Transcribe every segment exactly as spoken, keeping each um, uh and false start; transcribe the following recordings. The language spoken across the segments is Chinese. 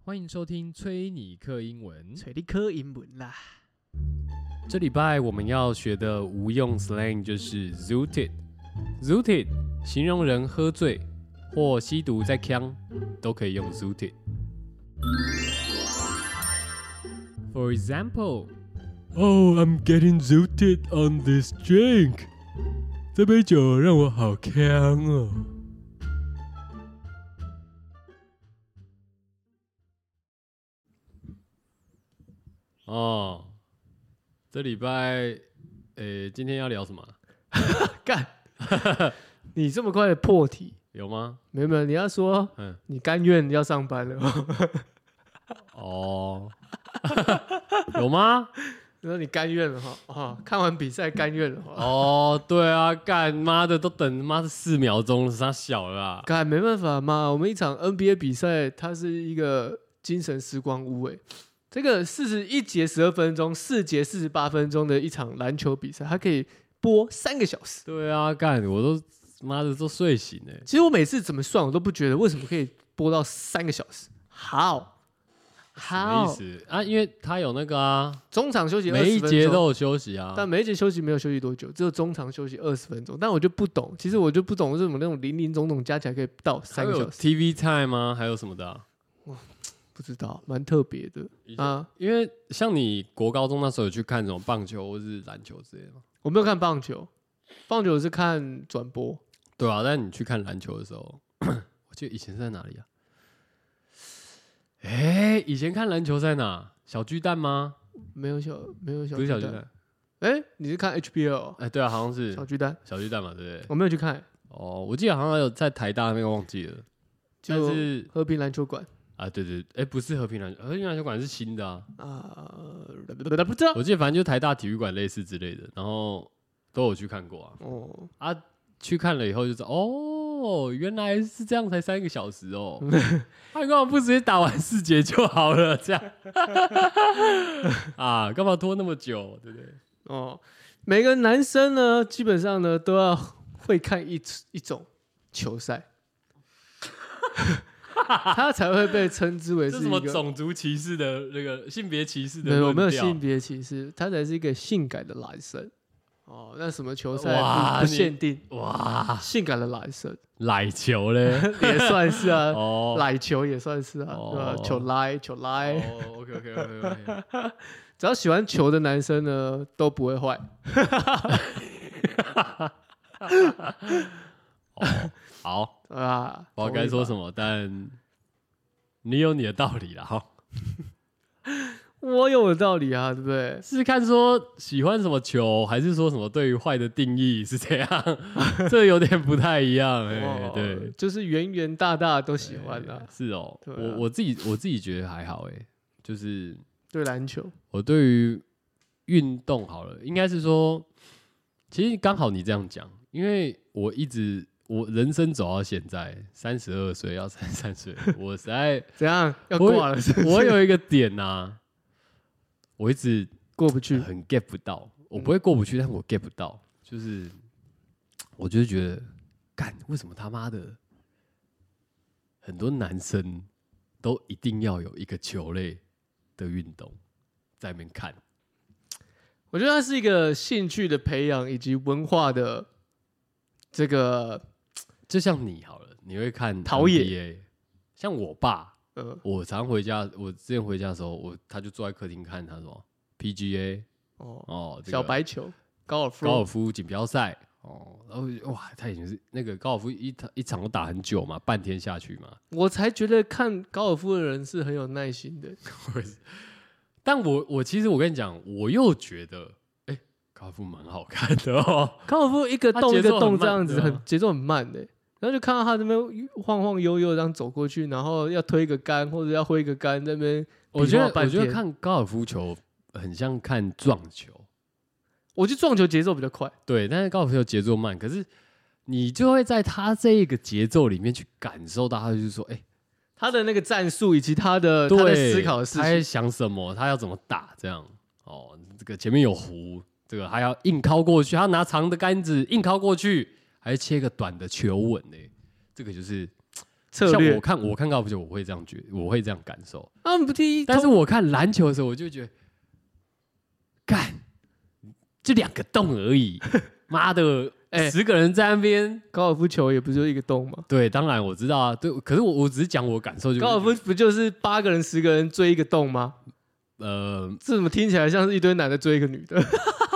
欢迎收听崔尼克英文。 找你考英文啦。 这礼拜我们要学的无用 slang 就是 zooted。zooted 形容人喝醉或吸毒在呛，都可以用 zooted。For example, oh, I'm getting zooted on this drink. 这杯酒让我好呛哦。哦，这礼拜，诶，今天要聊什么？ 干，你这么快的破题？ 有吗？ 没有没有，你要说，嗯，你甘愿要上班了。 哦，有吗？ 你说你甘愿了哈？哦，看完比赛甘愿了哈？ 哦，对啊，干妈的都等妈的四秒钟了，啥小了啊？ 干没办法嘛，我们一场 N B A 比赛，它是一个精神时光屋诶。这个四十一节十二分钟，四节四十八分钟的一场篮球比赛，它可以播三个小时。 对啊，干我都妈的都睡醒哎。 其实我每次怎么算，我都不觉得为什么可以播到三个小时。How？ 什么意思啊？因为他有那个啊， 中场休息每一节都有休息啊， 但每一节休息没有休息多久，只有中场休息二十分钟。但我就不懂，其实我就不懂为什么那种零零总总加起来可以到三个小时。 T V time 吗？还有什么的、啊？ 哇，不知道，蛮特别的啊。 因为像你国高中那时候有去看什么棒球或是篮球之类的吗？ 我没有看棒球，棒球是看转播。 对啊，但你去看篮球的时候，我记得以前是在哪里啊？哎、欸，以前看篮球在哪？小巨蛋吗？ 没有小，没有小， 不是小巨蛋。 哎、欸，你是看 H B L？ 哎、欸，对啊，好像是小巨蛋， 小巨蛋嘛，对不对？ 我没有去看。 哦，我记得好像有在台大那边，忘记了。 就是和平篮球馆啊，对对，哎、欸，不是和平篮球，和平篮球馆是新的啊。 啊，不知道。 我记得反正就是台大体育馆类似之类的，然后都有去看过啊。哦啊，去看了以后就知道，哦，原来是这样，才三个小时哦。他干嘛不直接打完四节就好了？这样啊，干嘛拖那么久？对不对？ 哦，每个男生呢，基本上呢都要会看一一种球赛，他才会被称之为是一个什么种族歧视的那个性别歧视的。 没有没有性别歧视，他才是一个性感的男生。哦，那什么球赛 不, 不限定哇？ 性感的男生， 奶球嘞也算是啊， 哦， 奶球也算是啊， 哦、 对吧？球来球来， 哦 ，OK OK OK OK， 只要喜欢球的男生呢，都不会坏。 哦，好啊， 不知道该说什么，但你有你的道理啦哈。 我有我的道理啊，对不对？ 是看说喜欢什么球，还是说什么对于坏的定义是这样？这有点不太一样哎、欸哦。对， 就是圆圆大大都喜欢啊。 是哦， 啊、 我我自己我自己觉得还好哎、欸，就是对篮球， 我对于运动好了，应该是说，其实刚好你这样讲，因为我一直我人生走到现在三十二岁要三十三岁，我实在怎样要挂了是不是？ 我有一个点呐、啊。我一直过不去， 很 get 不到。我不会过不去，嗯、但我 get 不到。就是我就是觉得，干为什么他妈的很多男生都一定要有一个球类的运动在那边看？ 我觉得它是一个兴趣的培养以及文化的这个， 就像你好了，你会看陶冶。 像我爸。 呃、 我常回家，我之前回家的时候，我他就坐在客厅看他什么 P G A 哦哦、這個， 小白球、高尔夫、 高尔夫锦标赛哦，然后哇，他已经是那个高尔夫一一场都打很久嘛，半天下去嘛， 我才觉得看高尔夫的人是很有耐心的。 但我我其实我跟你讲，我又觉得，哎、欸，高尔夫蛮好看的哦， 高尔夫一个动一个动这样子， 很节奏很慢的、欸。然后就看到他这边晃晃悠悠这样走过去，然后要推一个杆或者要挥一个杆，那边我觉得我觉得看高尔夫球很像看撞球， 我觉得撞球节奏比较快， 对，但是高尔夫球节奏慢，可是你就会在他这个节奏里面去感受到，他就是说，哎、欸， 他的那个战术以及他的他在思考的事情， 他在想什么，他要怎么打，这样哦，这个前面有弧，这个还要硬靠过去，他拿长的杆子硬靠过去。还是切个短的球稳呢、欸？这个就是策略。 像我看我看高尔夫球，我会这样觉得，我会这样感受。 啊，不第一， 但是我看篮球的时候，我就觉得，干，就两个洞而已，妈的， 哎十个人在那边。 高尔夫球也不就一个洞吗？ 对，当然我知道啊，对，可是我我只是讲我感受，就是高尔夫不就是八个人、十个人追一个洞吗？ 呃， 这怎么听起来像是一堆男的追一个女的？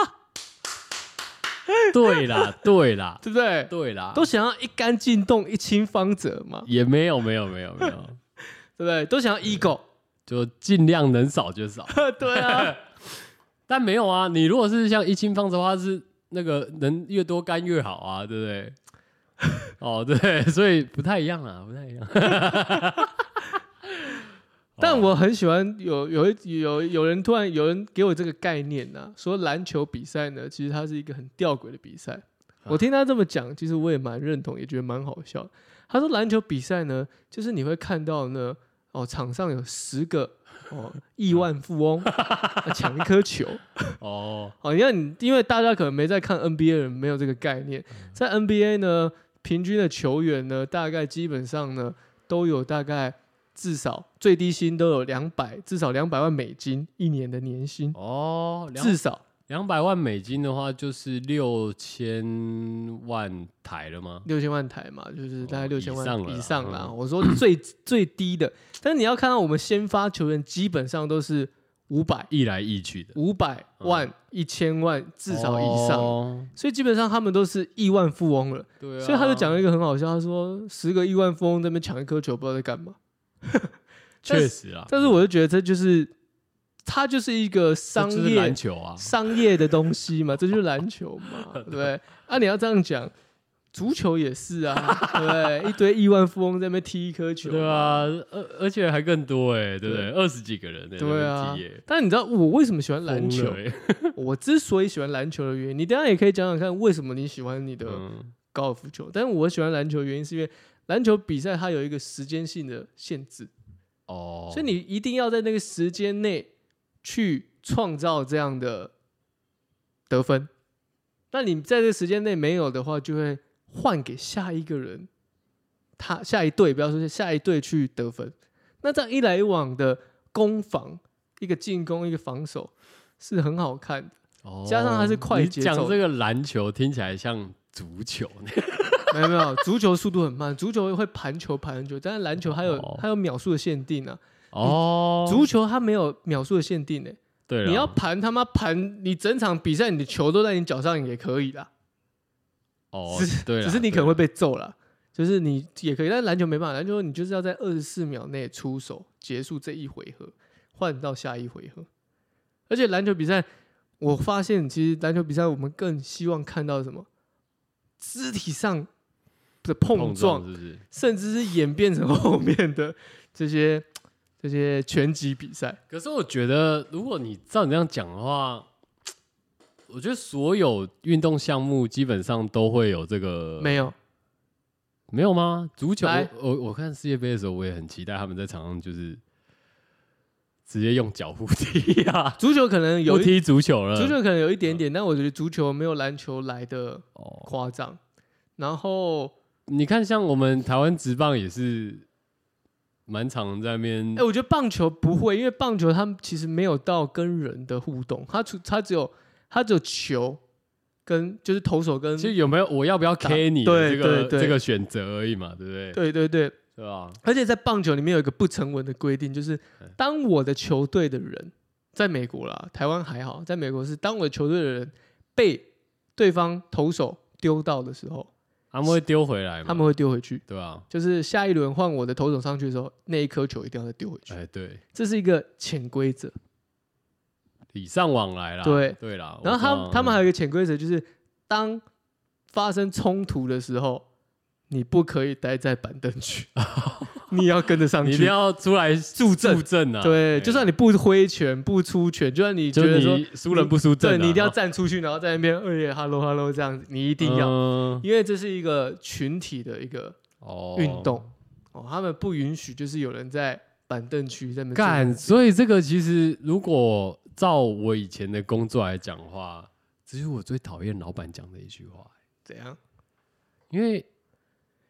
对啦，对啦， 对不对？ 对啦， 都想要一杆进洞、一清方泽嘛， 也没有没有没有没有， 对不对？都想要 ego， 就尽量能少就少。 对啊， 但没有啊，你如果是像一清方的话，是那个能越多杆越好啊，对不对？哦，对，所以不太一样啦，不太一样。 但我很喜欢有有一有有人突然有人给我这个概念呢、啊，说篮球比赛呢，其实它是一个很吊诡的比赛。我听他这么讲，其实我也蛮认同，也觉得蛮好笑。他说篮球比赛呢，就是你会看到呢，哦，场上有十个哦亿万富翁抢一颗球。 哦， 哦，因为你因为大家可能没在看 N B A 的人没有这个概念，在 N B A 呢，平均的球员呢，大概基本上呢都有大概至少最低薪都有两百，至少两百万美金一年的年薪。 哦， 至少两百万美金的话，就是六千万台了吗？ 六千万台嘛，就是大概六千万以上了啦以上啦。 嗯我说最最低的，但是你要看到我们先发球员基本上都是五百、 一来一去的， 五百万、一千万至少以上， 哦所以基本上他们都是亿万富翁了。 对啊， 所以他就讲了一个很好笑，他说十个亿万富翁在那边抢一颗球，不知道在干嘛。 确实啊， 但是我就觉得这就是它就是一个商这就是业篮球啊， 商业的东西嘛，这就是篮球嘛，对不对？啊，你要这样讲，足球也是啊，对不对？一堆亿万富翁在那边踢一颗球， 对啊，而而且还更多哎，对不对？ 对二十几个人在那对边啊踢耶。 但你知道我为什么喜欢篮球？ 疯了欸我之所以喜欢篮球的原因，你等一下也可以讲讲看为什么你喜欢你的嗯高尔夫球。但是我喜欢篮球的原因是因为篮球比赛它有一个时间性的限制。 哦， 所以你一定要在那个时间内去创造这样的得分。那你在这个时间内没有的话，就会换给下一个人，他下一队，不要说下一队去得分。那这样一来一往的攻防，一个进攻，一个防守，是很好看的。 哦加上它是快节奏你讲这个篮球听起来像足球呢。 没有没有，足球速度很慢，足球会盘球盘很久，但是篮球还有、 哦还有秒数的限定啊。 哦， 足球它没有秒数的限定呢、欸对了， 你要盘他妈盘，你整场比赛你的球都在你脚上也可以啦， 哦只， 对啦， 只是你可能会对啦被揍啦。就是你也可以，但是篮球没办法，篮球你就是要在二十四秒内出手结束这一回合，换到下一回合。而且篮球比赛，我发现其实篮球比赛我们更希望看到什么？肢体上的碰碰撞， 撞是不是？ 甚至是演变成后面的这些这些拳击比赛。 可是我觉得，如果你照你这样讲的话，我觉得所有运动项目基本上都会有这个， 没有， 没有吗？足球， 来我我我看世界杯的时候，我也很期待他们在场上就是直接用脚互踢啊， 足球可能有一不踢足球了， 足球可能有一点点，但我觉得足球没有篮球来的哦， 夸张。然后， 你看像我们台湾职棒也是蛮常在那边哎、，我觉得棒球不会，因为棒球他们其实没有到跟人的互动，他除他只有他只有球跟就是投手跟其实有没有我要不要 K 你对的这个对对这个选择而已嘛，对不对？ 对对对， 对吧？ 而且在棒球里面有一个不成文的规定，就是当我的球队的人在美国啦，台湾还好，在美国是当我的球队的人被对方投手丢到的时候， 他们会丢回来嘛， 他们会丢回去。 对吧？ 就是下一轮换我的投手上去的时候，那一颗球一定要再丢回去。 哎，对， 这是一个潜规则。 礼尚往来啦， 对对啦。 然后他我知道他们还有一个潜规则，就是当发生冲突的时候，你不可以待在板凳区，你要跟着上去。 你一定要出来助阵助阵啊！ 对，就算你不挥拳、不出拳，就算你觉就得说你输人不输阵啊， 对你一定要站出去，然后在那边二爷 hello hello 这样子，你一定要， 嗯因为这是一个群体的一个哦运动哦，他们不允许就是有人在板凳区在那边干， 坐所以这个其实如果照我以前的工作来讲的话，这是我最讨厌老板讲的一句话， 怎样？ 因为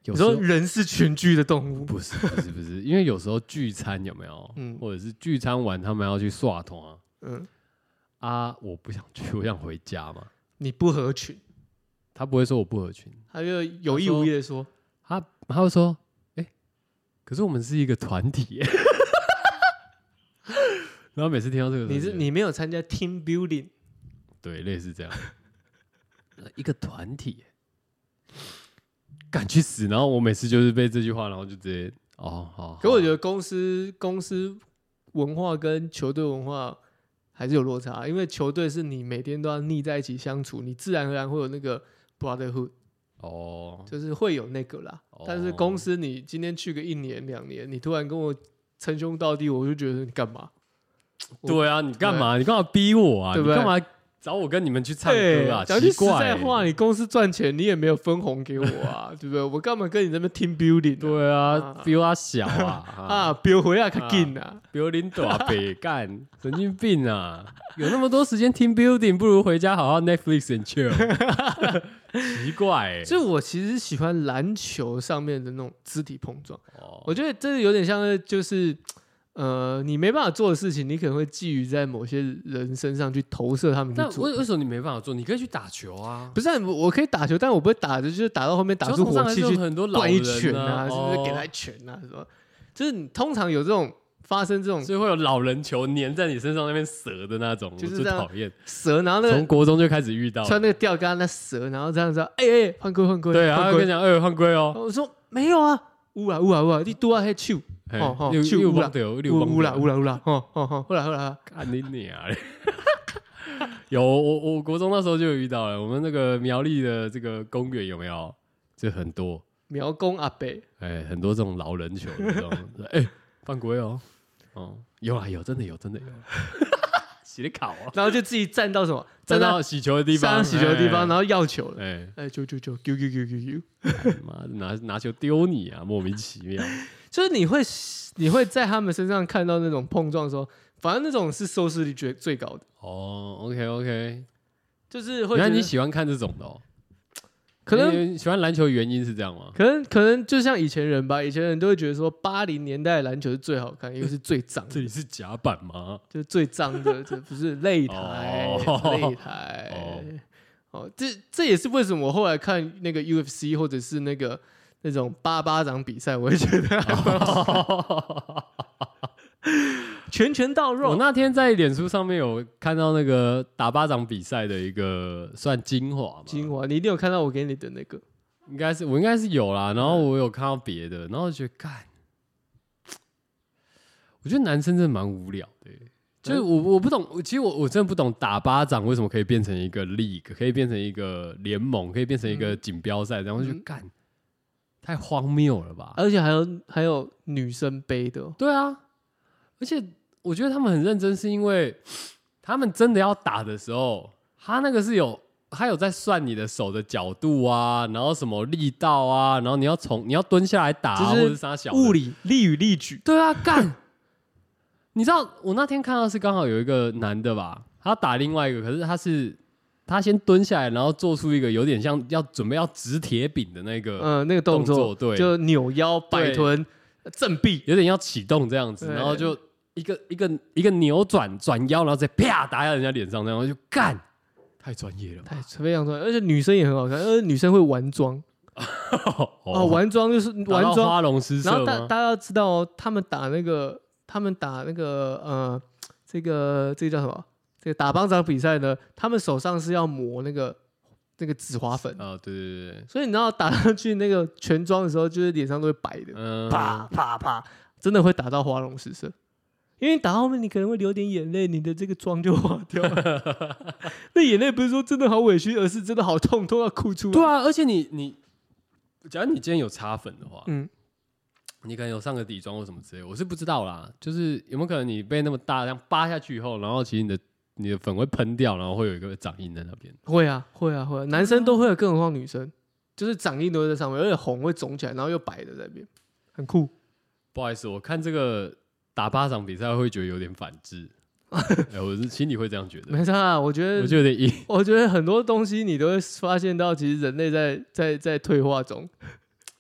有时候你说人是群居的动物， 不是不是不是，因为有时候聚餐有没有？嗯，或者是聚餐完他们要去刷团啊，嗯啊，我不想去，我想回家嘛。 你不合群， 他不会说我不合群， 他就有意无意的说， 他他会说，哎、欸，可是我们是一个团体耶。然后每次听到这个， 你是你没有参加 team building， 对，类似这样，一个团体，敢去死。然后我每次就是被这句话，然后就直接哦好。 可我觉得公司公司文化跟球队文化还是有落差，因为球队是你每天都要腻在一起相处，你自然而然会有那个 brotherhood， 哦，就是会有那个啦。哦、但是公司你今天去个一年两年，你突然跟我称兄道弟，我就觉得你干嘛？ 对啊，你干嘛？你干嘛逼我啊？对不对？你干嘛找我跟你们去唱歌啊？ 讲句实在话，你公司赚钱，你也没有分红给我啊，对不对？我干嘛跟你这边 team building？ 对啊，比我小啊， 啊，比我回来较紧啊， 比我领大北干，神经病啊！有那么多时间 team building， 不如回家好好 Netflix and chill。奇怪、欸， 所以我其实喜欢篮球上面的那种肢体碰撞，哦、我觉得这有点像是就是。呃，你没办法做的事情，你可能会寄予在某些人身上去投射他们去做。 但为什么你没办法做？你可以去打球啊！ 不是、啊，我可以打球，但我不会打的，就是打到后面打出火气去灌一拳啊，是不是给他一拳啊？什么？就是你通常有这种发生这种， 所以会有老人球粘在你身上那边折的那种，就是最讨厌折。然后那个从国中就开始遇到， 穿那个吊杆那折，然后这样说，哎、欸、哎，犯规犯规。 对啊，他跟你讲，哎，犯规哦。 我说没有啊，有啊有啊有啊，你拄啊迄手。 哦哦，有有忘掉，有有啦有啦有啦，哦哦哦，后来后来， 干你娘嘞！有我我国中那时候就有遇到了，我们那个苗栗的这个公园有没有？就很多苗公阿伯， 哎，很多这种老人球，这种哎犯规哦，哦有啊有，真的有真的有，洗的考啊， 然后就自己站到什么？ 站到洗球的地方， 洗球的地方，然后要球了， 哎哎，就就就丢丢丢丢丢， 妈拿拿球丢你啊，莫名其妙。 就是你会你会在他们身上看到那种碰撞的时候，反正那种是收视率最最高的。 哦 ，OK OK， 就是会。 原来你喜欢看这种的哦？ 可能喜欢篮球的原因是这样吗？ 可能可能就像以前人吧，以前人都会觉得说八零年代的篮球是最好看，因为是最脏。 这里是甲板吗？ 就是最脏的，这不是擂台，擂台。哦，哦，这这也是为什么我后来看那个 U F C 或者是那个。那种八巴掌比赛，我也觉得还蛮好拳拳到肉。 我那天在脸书上面有看到那个打巴掌比赛的一个算精华嘛？ 精华，你一定有看到我给你的那个， 应该是我应该是有啦。然后我有看到别的，然后觉得干，我觉得男生真的蛮无聊的、欸。就是我我不懂，其实我我真的不懂打巴掌为什么可以变成一个 league， 可以变成一个联盟，可以变成一个锦标赛，然后就干。太荒谬了吧！ 而且还有还有女生杯的、哦， 对啊，而且我觉得他们很认真，是因为他们真的要打的时候，他那个是有他有在算你的手的角度啊，然后什么力道啊，然后你要从你要蹲下来打、啊，或者是啥小物理力与力举。 对啊，干！你知道我那天看到是刚好有一个男的吧，他打另外一个，可是他是。他先蹲下来，然后做出一个有点像要准备要直铁饼的那个， 嗯，那个动作， 动作对， 就扭腰、摆臀、正臂， 有点要启动这样子，然后就一个一个一个扭转转腰，然后再啪打在人家脸上，然后就干，太专业了， 太非常专业，而且女生也很好看，而且女生会玩妆，哦，玩妆就是玩妆， 花容失色。 然后大大家要知道哦，他们打那个，他们打那个呃，这个这个叫什么？这个打邦掌比赛呢，他们手上是要抹那个那个紫花粉啊、哦，对对对， 所以你知道打上去那个全妆的时候，就是脸上都会白的，嗯、啪啪啪，真的会打到花容失色。因为你打到后面，你可能会流点眼泪，你的这个妆就化掉了。那眼泪不是说真的好委屈，而是真的好痛，痛到哭出来。 对啊，而且你你，假如你今天有擦粉的话， 嗯。 你可能有上个底妆或什么之类，我是不知道啦。就是有没有可能你被那么大这样扒下去以后，然后其实你的你的粉会喷掉，然后会有一个掌印在那边。 会啊，会啊，会啊，男生都会有，更何况女生，就是掌印都会在上面，而且红会肿起来，然后又白的在那边，很酷。 不好意思，我看这个打巴掌比赛会觉得有点反智，哎，我是心里会这样觉得。 没错啊，我觉得我觉得有点硬。 我觉得很多东西你都会发现到，其实人类在在在退化中。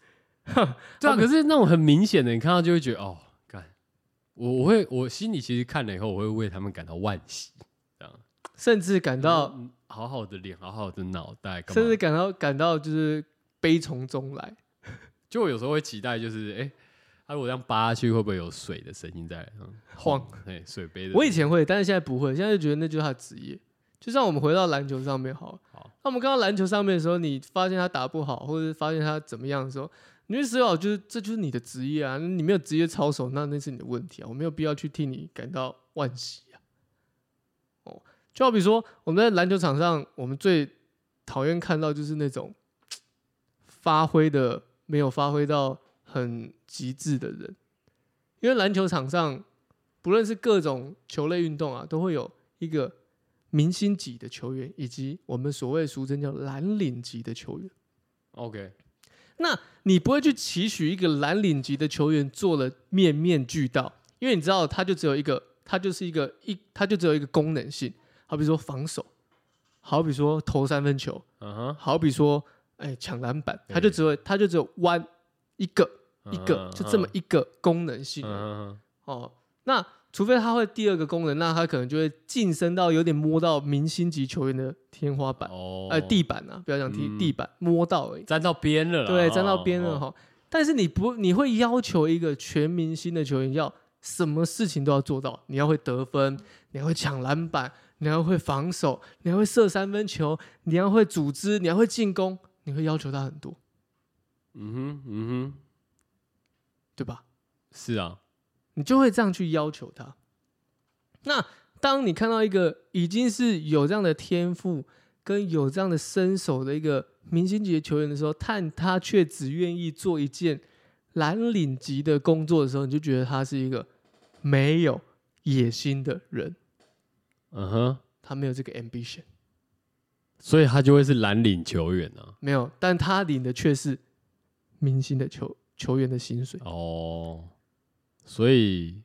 对啊，可是那种很明显的，你看到就会觉得哦，干，我我会我心里其实看了以后，我会为他们感到惋惜，这样， 甚至感到、 嗯、好好的脸，好好的脑袋，干嘛甚至感到感到就是悲从中来。 就我有时候会期待，就是哎，他、欸啊、如果这样扒下去，会不会有水的声音在、嗯、 晃？ 哎，水杯的。 我以前会，但是现在不会，现在就觉得那就是他的职业。就像我们回到篮球上面好了，好，那我们看到篮球上面的时候，你发现他打不好，或者是发现他怎么样的时候，你就思考，就是这就是你的职业啊，你没有职业操守，那那是你的问题啊，我没有必要去替你感到惋惜啊。哦，就好比说我们在篮球场上，我们最讨厌看到就是那种发挥的没有发挥到很极致的人，因为篮球场上不论是各种球类运动啊，都会有一个明星级的球员，以及我们所谓俗称叫蓝领级的球员。 OK， 那你不会去期许一个蓝领级的球员做了面面俱到，因为你知道他就只有一个，他就是一个一，他就只有一个功能性，好比说防守，好比说投三分球， uh-huh. 好比说哎抢篮板，他就只有他就只有弯一个、uh-huh. 一个，就这么一个功能性。Uh-huh. 哦，那除非他会第二个功能，那他可能就会晋升到有点摸到明星级球员的天花板，哦、呃地板啊，不要讲地、嗯、地板，摸到而已， 沾到边了啦， 对，沾到边了哈、 哦。 但是你不，你会要求一个全明星的球员要什么事情都要做到，你要会得分，你要会抢篮板，你要会防守，你要会射三分球，你要会组织，你要会进攻，你会要求他很多。 嗯哼，嗯哼， 对吧？ 是啊。 你就会这样去要求他。那当你看到一个已经是有这样的天赋跟有这样的身手的一个明星级的球员的时候，但他却只愿意做一件蓝领级的工作的时候，你就觉得他是一个没有野心的人。 嗯哼， 他没有这个 ambition， 所以他就会是蓝领球员啊。 没有，但他领的却是明星的球球员的薪水。 哦。所以，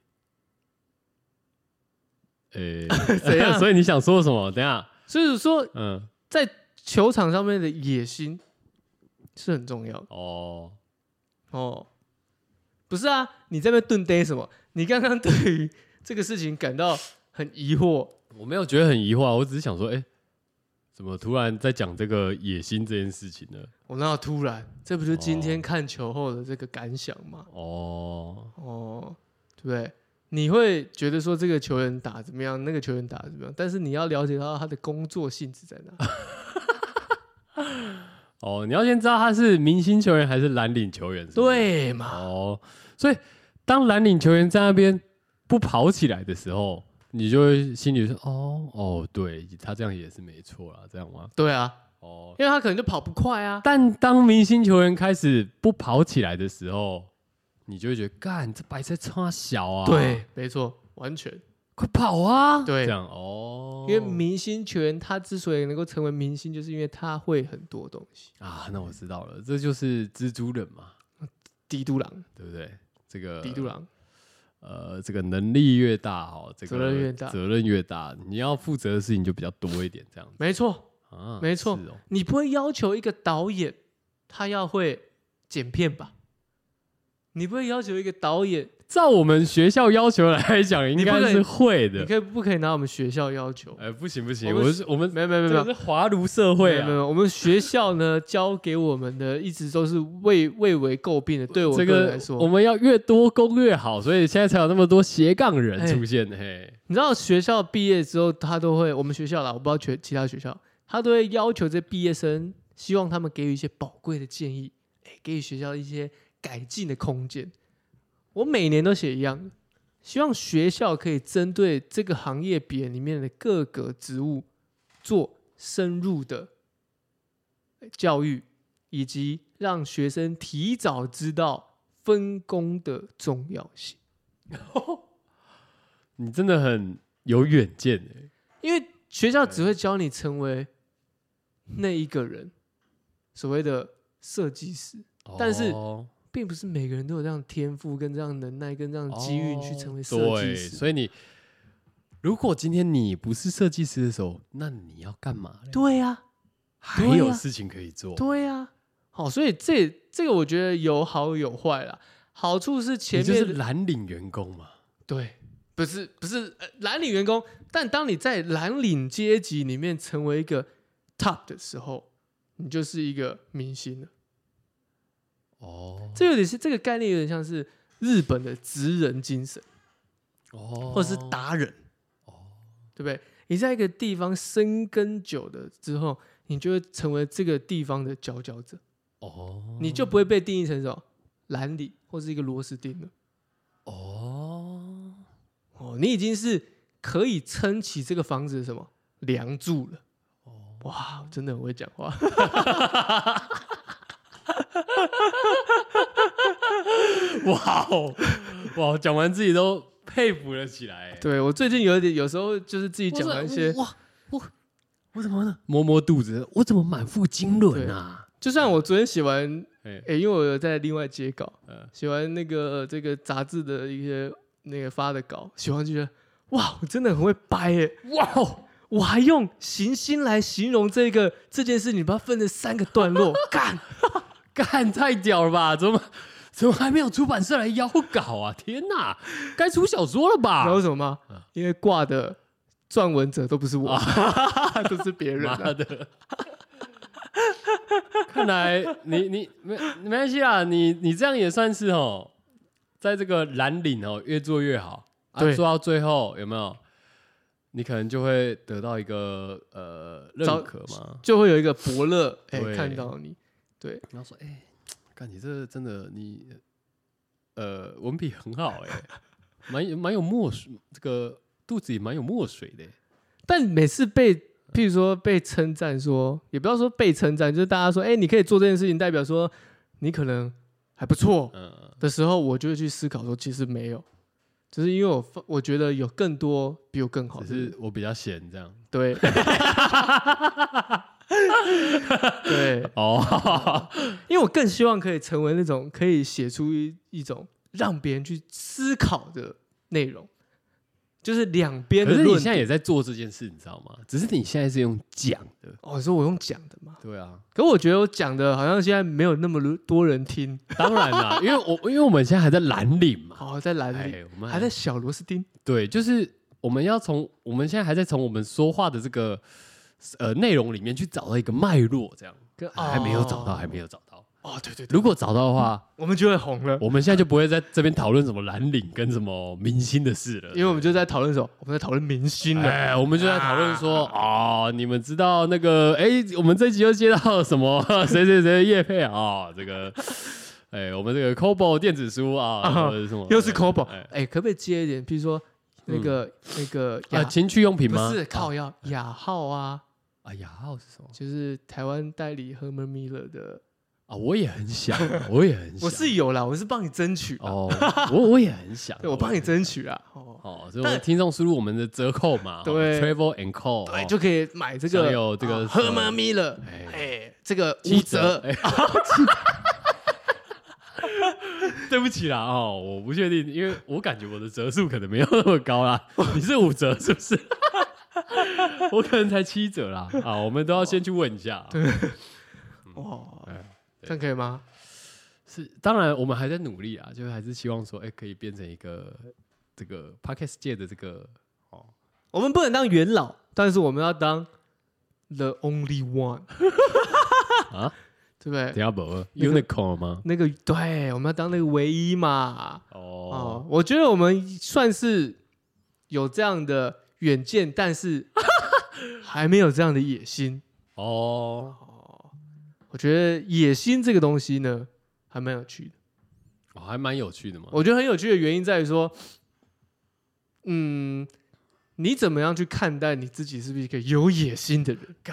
呃、欸， 怎样？ 所以你想说什么？等一下， 所以说， 嗯， 在球场上面的野心是很重要的。 哦哦，不是啊，你在那边顿呆什么？你刚刚对于这个事情感到很疑惑。 我没有觉得很疑惑，我只是想说，哎、欸，怎么突然在讲这个野心这件事情呢？ 我哪有突然？这不就是今天看球后的这个感想吗？ 哦哦，对不对？你会觉得说这个球员打怎么样，那个球员打怎么样，但是你要了解到他的工作性质在哪。 哦，你要先知道他是明星球员还是蓝领球员是不是？ 对嘛？ 哦，所以当蓝领球员在那边不跑起来的时候，你就会心里说，哦哦，对他这样也是没错啦，这样吗？ 对啊。哦，因为他可能就跑不快啊。 但当明星球员开始不跑起来的时候，你就会觉得，干这白菜差小啊！ 对，没错，完全快跑啊！ 对， 这样哦。 因为明星球员他之所以能够成为明星，就是因为他会很多东西啊。那我知道了，这就是蜘蛛人嘛， 帝都狼， 对不对？这个帝都狼， 呃，这个能力越大哦，这个责任越大， 责任越大，你要负责的事情就比较多一点，这样子。 没错。 啊、 没错、哦，你不会要求一个导演他要会剪片吧？你不会要求一个导演， 照我们学校要求来讲，应该是会的。 你可以不可以拿我们学校要求？ 哎、欸，不行不行，我们是我们没有没有没有， 这是华儒社会啊， 没有没有，我们学校呢教给我们的一直都是未未为诟病的。对我个人来说、 這個，我们要越多攻越好，所以现在才有那么多斜杠人出现。嘿，嘿你知道学校毕业之后，他都会我们学校啦，我不知道其他学校。他都会要求这毕业生，希望他们给予一些宝贵的建议，给予学校一些改进的空间。我每年都写一样，希望学校可以针对这个行业别里面的各个职务做深入的教育，以及让学生提早知道分工的重要性。 你真的很有远见欸， 因为学校只会教你成为那一个人，所谓的设计师，哦、但是并不是每个人都有这样的天赋、跟这样的能耐、跟这样的机遇去成为设计师。 对，所以你如果今天你不是设计师的时候，那你要干嘛呢？ 对呀、啊， 还有事情可以做。 对呀、啊， 好，所以这这个我觉得有好有坏啦。好处是前面你就是蓝领员工嘛， 对，不是不是、呃、蓝领员工，但当你在蓝领阶级里面成为一个 top 的时候，你就是一个明星了。 哦， 这有点是这个概念，有点像是日本的职人精神， 哦， 或者是达人，哦，对不对？你在一个地方深耕久了之后，你就会成为这个地方的佼佼者， 哦， 你就不会被定义成什么蓝领或是一个螺丝钉了。 哦， 哦，你已经是可以撑起这个房子的什么梁柱了。哦，哇，真的很会讲话。 哇哦，哇！讲完自己都佩服了起来。 对，我最近有点，有时候就是自己讲完一些， 哇，我我怎么呢？摸摸肚子，我怎么满腹经纶啊？ 就像我昨天写完，哎、欸，因为我有在另外接稿， 嗯、 写完那个这个杂志的一些那个发的稿，写完就觉得，哇，我真的很会掰耶！哇，我还用行星来形容这个这件事，你把它分成三个段落，干干太屌了吧？怎么？怎么还没有出版社来邀稿啊？天哪，该出小说了吧？ 知道为什么吗？嗯、因为挂的撰文者都不是我，啊、都是别人、啊。 妈的！看来你你没没关系啦，你你这样也算是哦，在这个蓝领哦越做越好，啊，做到最后有没有？你可能就会得到一个呃认可嘛， 就会有一个伯乐哎、欸、看到你，对， 然后说哎。欸看你这真的你，呃，文笔很好哎、欸，蛮蛮有墨水，这个肚子也蛮有墨水的、欸。 但每次被，譬如说被称赞说，也不要说被称赞，就是大家说，哎、欸，你可以做这件事情，代表说你可能还不错的时候，我就会去思考说，其实没有，只是因为我我觉得有更多比我更好的， 只是我比较闲这样。 对。对哦，因为我更希望可以成为那种可以写出 一, 一种让别人去思考的内容，就是两边的论点。 可是你现在也在做这件事，你知道吗？只是你现在是用讲的。 哦，你说我用讲的嘛？ 对啊。 可我觉得我讲的好像现在没有那么多人听。 当然啦，因为我因为我们现在还在蓝领嘛。 哦，在蓝领，我们还在小螺丝钉。 对，就是我们要从我们现在还在从我们说话的这个。呃，内容里面去找到一个脉络，这样、哦、还没有找到，还没有找到。 哦，对对对， 如果找到的话， 我们就会红了。 我们现在就不会在这边讨论什么蓝领跟什么明星的事了， 因为我们就在讨论什么，我们在讨论明星了。 哎，我们就在讨论说，啊、哦，你们知道那个，哎，我们这集又接到什么谁谁谁的业配啊、哦？这个，哎，我们这个 Kobo 电子书啊，啊或者是什么， 又是 Kobo， 哎，可不可以接一点？比如说那个、嗯、那个啊，情趣用品吗？ 不是，靠腰雅浩啊。 啊，雅浩是什么？ 就是台湾代理 Herman Miller 的啊，我也很想，我也很想， 我是有啦，我是帮你争取哦，我我也很想， 对我帮你争取啦， 哦，哦，所以我们听众输入我们的折扣码， 对 ，Travel and Co， 对，就可以买这个， 有这个 Herman Miller，哎，这个五折， 对不起啦，哦，我不确定，因为我感觉我的折数可能没有那么高啦，你是五折是不是？我可能才七折啦，啊，我们都要先去问一下。 对，哇，这样可以吗？ 是，当然我们还在努力啊，就还是希望说，哎、欸，可以变成一个这个 podcast 界的这个哦， 我们不能当元老，但是我们要当 the only one 啊， 对不对？ 等下不 unicorn 吗？ 那个对，我们要当那个唯一嘛。哦， 哦我觉得我们算是有这样的远见，但是还没有这样的野心哦。我觉得野心这个东西呢，还蛮有趣的。 哦，还蛮有趣的嘛。 我觉得很有趣的原因在于说，嗯，你怎么样去看待你自己是不是一个有野心的人？干，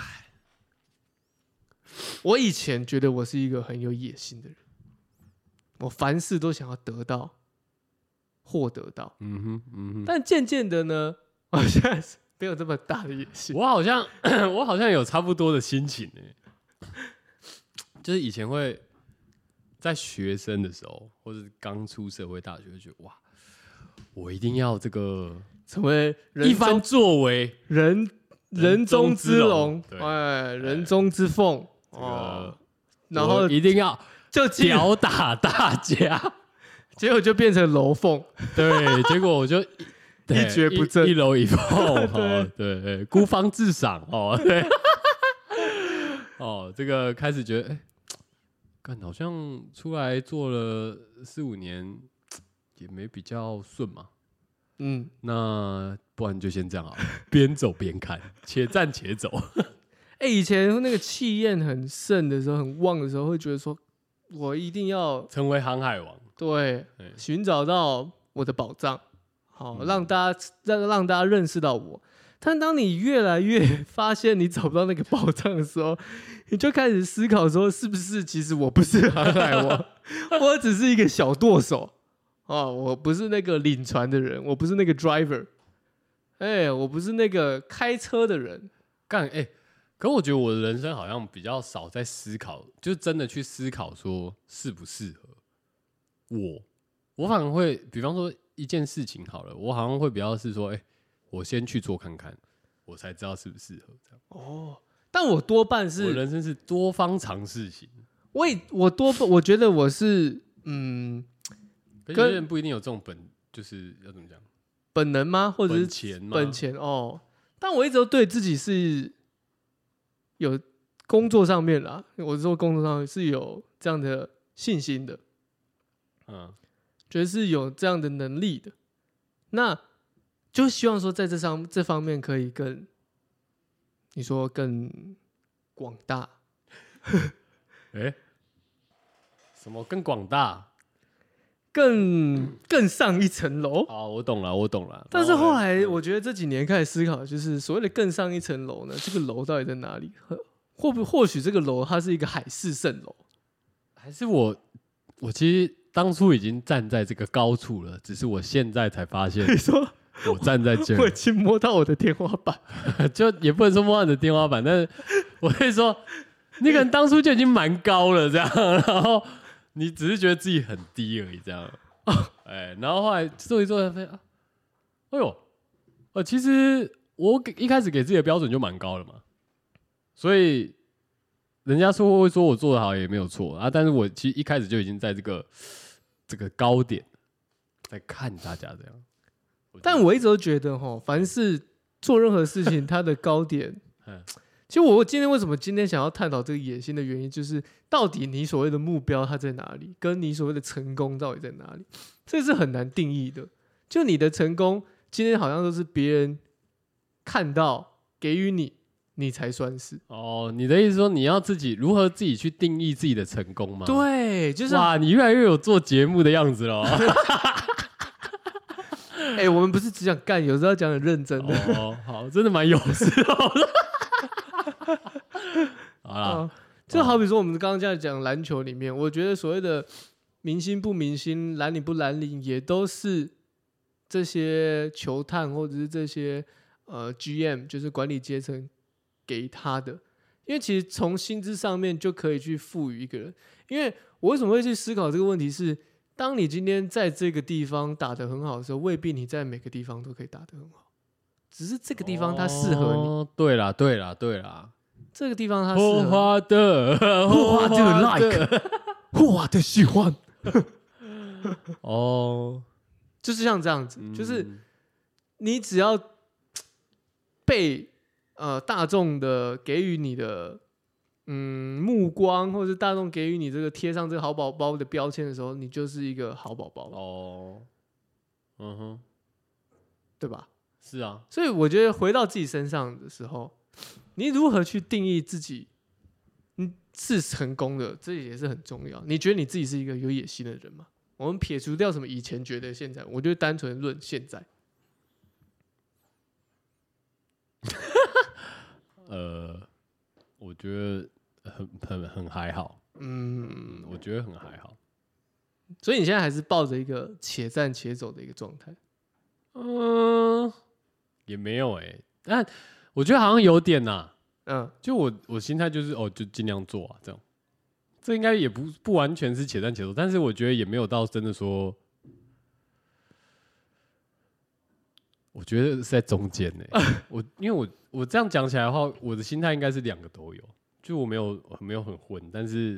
我以前觉得我是一个很有野心的人，我凡事都想要得到、获得到。嗯哼，嗯哼。但渐渐的呢，我现在没有这么大的野心。 我好像，我好像有差不多的心情呢、欸，就是以前会在学生的时候，或者刚出社会大学，就觉得哇，我一定要这个成为一番作为， 人人中之龙， 哎， 人中之凤。 这个然后一定要就吊打大家， 结果就变成楼凤。 对，结果我就一蹶不振， 一楼一凤，哦，对对，孤芳自赏哦，对，哦，这个开始觉得，哎、欸，干好像出来做了四五年，也没比较顺嘛，嗯，那不然就先这样啊，边走边看，且战且走。 哎、欸，以前那个气焰很盛的时候，很旺的时候，会觉得说，我一定要成为航海王， 对，寻找到我的宝藏，好、 嗯、 让大家让让大家认识到我。但当你越来越发现你找不到那个宝藏的时候，你就开始思考说，是不是其实我不是航海王，我只是一个小舵手啊，我不是那个领船的人，我不是那个 driver， 哎、欸，我不是那个开车的人， 干哎。欸可我觉得我的人生好像比较少在思考，就真的去思考说适不适合我。我反而会，比方说一件事情好了，我好像会比较是说，哎、欸，我先去做看看，我才知道适不适合这样。 哦，但我多半是， 我人生是多方尝试型。 我也我多，我觉得我是，嗯， 跟有些人不一定有这种本，就是要怎么讲， 本能吗？或者是本钱吗？ 本钱哦。但我一直都对自己是。有工作上面啦，我说工作上是有这样的信心的，嗯，觉得是有这样的能力的，那就希望说在这上这方面可以更，你说更广大， 哎、欸，什么更广大？ 更更上一层楼？ 哦，我懂了，我懂了。 但是后来我觉得这几年开始思考，就是所谓的更上一层楼呢，这个楼到底在哪里？或不或许这个楼它是一个海市蜃楼， 还是我我其实当初已经站在这个高处了，只是我现在才发现。 你说我站在这， 我已经摸到我的天花板， 就也不能说摸到你的天花板，但是我会說你可能当初就已经蛮高了，这样，然后。你只是觉得自己很低而已，这样，哎、欸，然后后来做一做才发现，哎呦，呃，其实我一开始给自己的标准就蛮高了嘛，所以人家说会说我做得好也没有错啊，但是我其实一开始就已经在这个这个高点在看大家这样， 我但我一直都觉得哈，凡是做任何事情，它的高点。其实我今天为什么今天想要探讨这个野心的原因，就是到底你所谓的目标它在哪里，跟你所谓的成功到底在哪里，这是很难定义的。就你的成功，今天好像都是别人看到给予你，你才算是。 哦，你的意思说你要自己如何自己去定义自己的成功吗？ 对，就是哇，你越来越有做节目的样子了。 哎、欸，我们不是只讲干，有时候要讲很认真的。 哦，好，真的蛮有事的。好啦、 啊，就好比说我们刚刚在讲篮球里面，我觉得所谓的明星不明星、蓝领不蓝领，也都是这些球探或者是这些呃 G M， 就是管理阶层给他的。因为其实从薪资上面就可以去赋予一个人。因为我为什么会去思考这个问题是，当你今天在这个地方打得很好的时候，未必你在每个地方都可以打得很好，只是这个地方它适合你。 哦、对啦，对啦，对啦。 这个地方它适合花的， 花的 like， 花的喜欢。 哦， 就是像这样子， 嗯、 就是你只要被呃大众的给予你的嗯目光，或者是大众给予你这个贴上这个好宝宝的标签的时候，你就是一个好宝宝。 哦，嗯哼， 对吧？ 是啊， 所以我觉得回到自己身上的时候。你如何去定义自己你是成功的，这也是很重要。你觉得你自己是一个有野心的人吗？我们撇除掉什么以前觉得现在，我就单纯论现在。 呃，我觉得很很很还好，嗯，我觉得很还好。 所以你现在还是抱着一个且战且走的一个状态。 嗯，也没有哎、欸，但。我觉得好像有点呐、啊，嗯，就我我心态就是哦，就尽量做啊，这样，这应该也不不完全是且战且走，但是我觉得也没有到真的说，我觉得是在中间呢、欸。我因为我我这样讲起来的话，我的心态应该是两个都有，就我没有没有很混，但是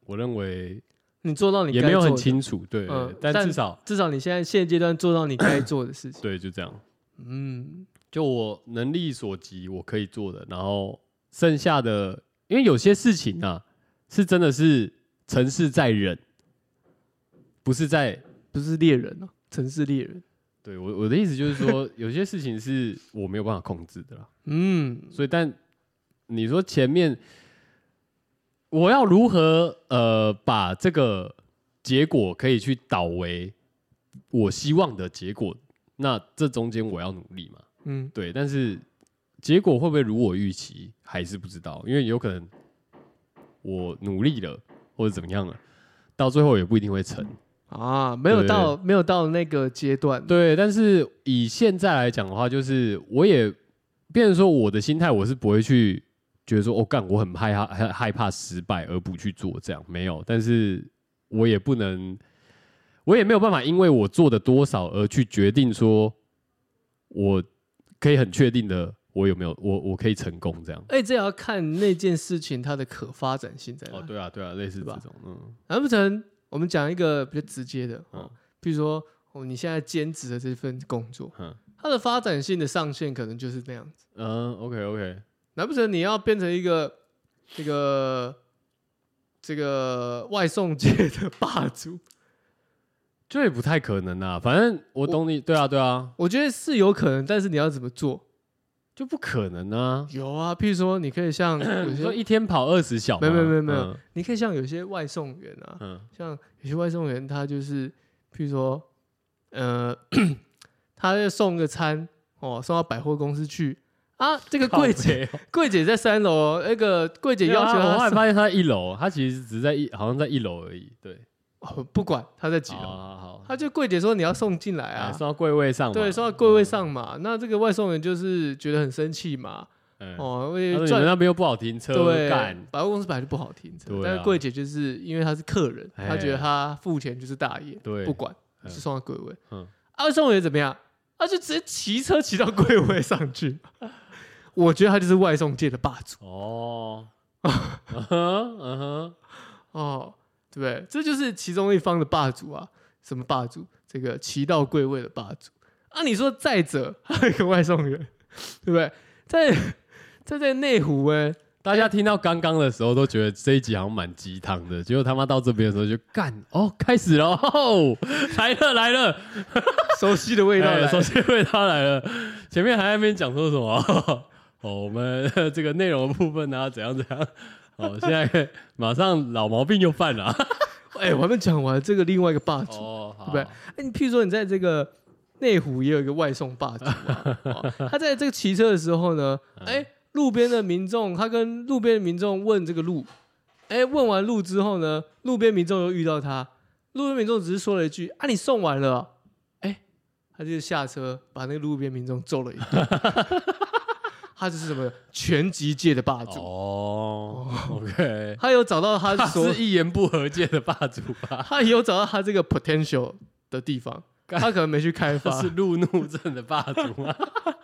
我认为你做到你也没有很该做的清楚，对， 嗯但至少至少你现在现阶段做到你该做的事情。 对，就这样。 嗯， 就我能力所及，我可以做的，然后剩下的，因为有些事情啊，是真的是城市在人，不是在不是猎人哦、城市猎人。 对我我的意思就是说，有些事情是我没有办法控制的啦。 嗯， 所以，但你说前面我要如何呃把这个结果可以去导为我希望的结果？那这中间我要努力嘛？ 嗯， 对，但是结果会不会如我预期，还是不知道，因为有可能我努力了或者怎么样了，到最后也不一定会成啊，没有到没有到那个阶段。 对，但是以现在来讲的话，就是我也变成说我的心态，我是不会去觉得说哦干，我很害怕害怕失败而不去做这样，没有，但是我也不能。我也没有办法，因为我做的多少而去决定说，我可以很确定的，我有没有我我可以成功这样。 哎、欸，这也要看那件事情它的可发展性在哪。 哦，对啊，对啊，类似这种，嗯。 难不成我们讲一个比较直接的，嗯，比如说哦，你现在兼职的这份工作，嗯，它的发展性的上限可能就是那样子。 嗯 ，OK OK。 难不成你要变成一个这个这个外送界的霸主？ 这也不太可能啊，反正我懂你，对啊，对啊， 我觉得是有可能，但是你要怎么做， 就不可能啊。 有啊，譬如说，你可以像有些说一天跑二十小， 没有没有没有没有，嗯、你可以像有些外送员啊，嗯、像有些外送员他就是譬如说，呃，他就送个餐哦，送到百货公司去啊，这个柜姐柜、哦、姐在三楼，那个柜姐要求他， 我后来发现他在一楼，他其实只是在一，好像在一楼而已，对。 哦、不管他在几楼， 好好好， 他就柜姐说你要送进来啊， 送到柜位上嘛， 对，送到柜位上嘛。嗯、那这个外送员就是觉得很生气嘛，嗯、哦，因为你们那边又不好停车， 对，百货公司本来就不好停车， 啊、 但是柜姐就是因为他是客人，他觉得他付钱就是大爷， 对， 不管，就送到柜位。嗯，啊，外送员怎么样？他就直接骑车骑到柜位上去。我觉得他就是外送界的霸主。 哦，嗯哼，嗯哼， 哦。对不对？这就是其中一方的霸主啊！什么霸主？这个骑到柜位的霸主啊！你说再者还有一个外送员，对不对？在在在内湖哎， 大家听到刚刚的时候都觉得这一集好像蛮鸡汤的，结果他妈到这边的时候就干哦，开始了，哦、来了来了， 熟悉的味道来了， 熟悉的味道来了。前面还在那边讲说什么？哦，我们这个内容的部分啊，怎样怎样。哦，现在马上老毛病又犯了、啊。 哎、欸，我还没讲完这个另外一个霸主， 哦、 对不对？哎、欸，你譬如说你在这个内湖也有一个外送霸主、啊哦，他在这个骑车的时候呢，哎、欸，路边的民众他跟路边的民众问这个路，哎、欸，问完路之后呢，路边民众又遇到他，路边民众只是说了一句啊，你送完了、喔，哎、欸，他就下车把那个路边民众揍了一顿。他就是什么拳击界的霸主哦、oh, ，OK， 他有找到他是一言不合界的霸主吧？ 他有找到他这个 potential 的地方，他可能没去开发。 是路怒症的霸主吗？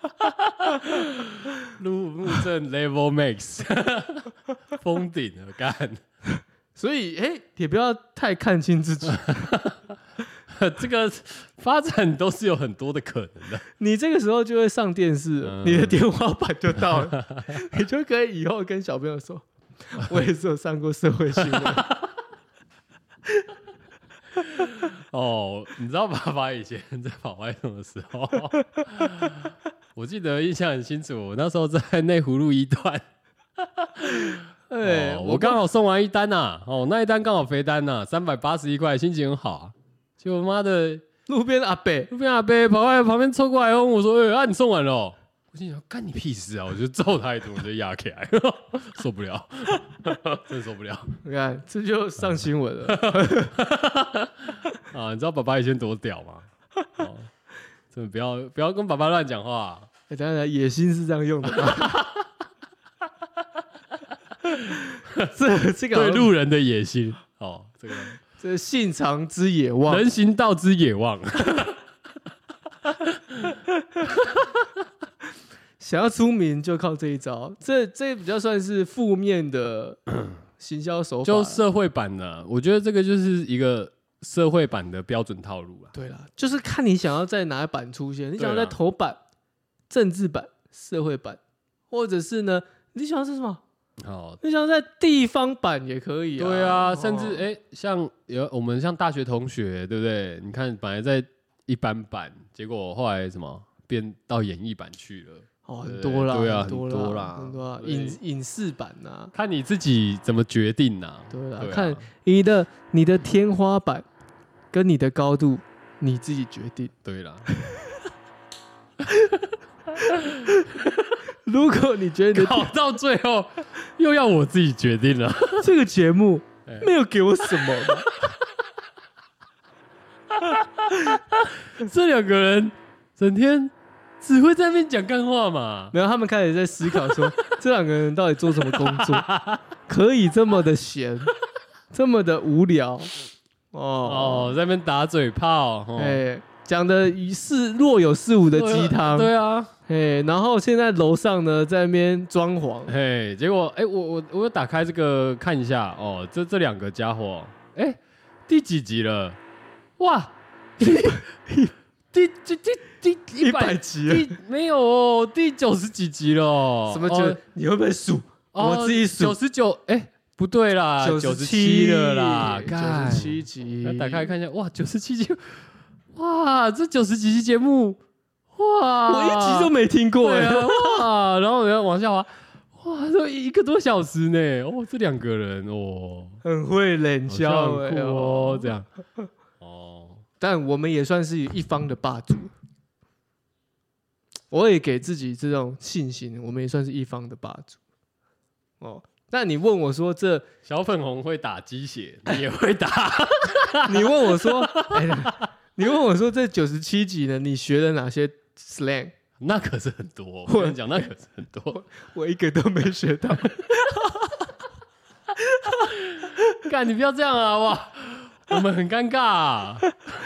路怒症 level max， 封顶了干。 所以，哎、欸，也不要太看清自己。 这个发展都是有很多的可能的。 你这个时候就会上电视了，嗯、你的天花板就到了，你就可以以后跟小朋友说：“我也是有上过社会新闻。” 哦，你知道爸爸以前在跑外送的时候，我记得印象很清楚，我那时候在内湖路一段。哎、哦，我刚好送完一单呐、啊，哦，那一单刚好肥单呐、啊，三百八十一块，心情很好啊。结果妈的， 路边的阿伯， 路边阿伯跑过来旁边凑过来问我说：“哎、欸，啊，你送完了、喔？”我心想：“干你屁事啊！”我就揍他一顿，我就压起来，受不了，真受不了。 你看，这就上新闻了。 啊，你知道爸爸以前多屌吗？哦，真的不要不要跟爸爸乱讲话、啊。 哎、欸，当然，野心是这样用的吗？这这个对路人的野心哦，这个这是信长之野望， 人行道之野望。 想要出名就靠这一招，这这比较算是负面的行销手法就社会版的，我觉得这个就是一个社会版的标准套路啦。 对啦，就是看你想要在哪一版出现，你想要在头版、政治版、社会版，或者是呢，你想要是什么？ 哦， 你想要在地方版也可以啊。 对啊， 哦、 甚至哎、欸，像有我们像大学同学，对不对？你看本来在一般版，结果后来什么变到演艺版去了。 哦，很多啦， 对啊， 很多啦， 很多啦，影影视版呐、啊， 看你自己怎么决定呐、啊。 对啦， 对啊看你的你的天花板跟你的高度，你自己决定。 对啦， 如果你觉得搞到最后又要我自己决定了， 这个节目没有给我什么这两个人整天。只会在那边讲干话嘛？ 没有，他们开始在思考说，这两个人到底做什么工作，可以这么的闲，这么的无聊哦哦，在那边打嘴炮， 哎、哦，讲的似若有似无的鸡汤， 对啊， 哎，然后现在楼上呢在那边装潢， 嘿，结果哎，我我我有打开这个看一下哦，这这两个家伙，哎，第几集了？哇！第第第第一百集了， 第没有哦，第九十几集了。 什么九？哦、你会不会数？哦、我自己数。 九十九，哎，不对啦，九十七了啦， 九十七集。 打开看一下，哇，九十七集，哇，这九十几集节目，哇， 我一集都没听过哎、 啊，哇，然后我要往下滑，哇，都一个多小时呢，哦，这两个人哦， 很会冷笑哎，哦，这样。 但我们也算是一方的霸主，我也给自己这种信心，我们也算是一方的霸主。哦，那你问我说这小粉红会打鸡血，你也会打？ 你问我说，欸、你问我说这九十七集呢，你学了哪些 slang？ 那可是很多，我跟你讲，那可是很多， 我, 我一个都没学到。 干，你不要这样啊！哇。我们很尴尬、啊，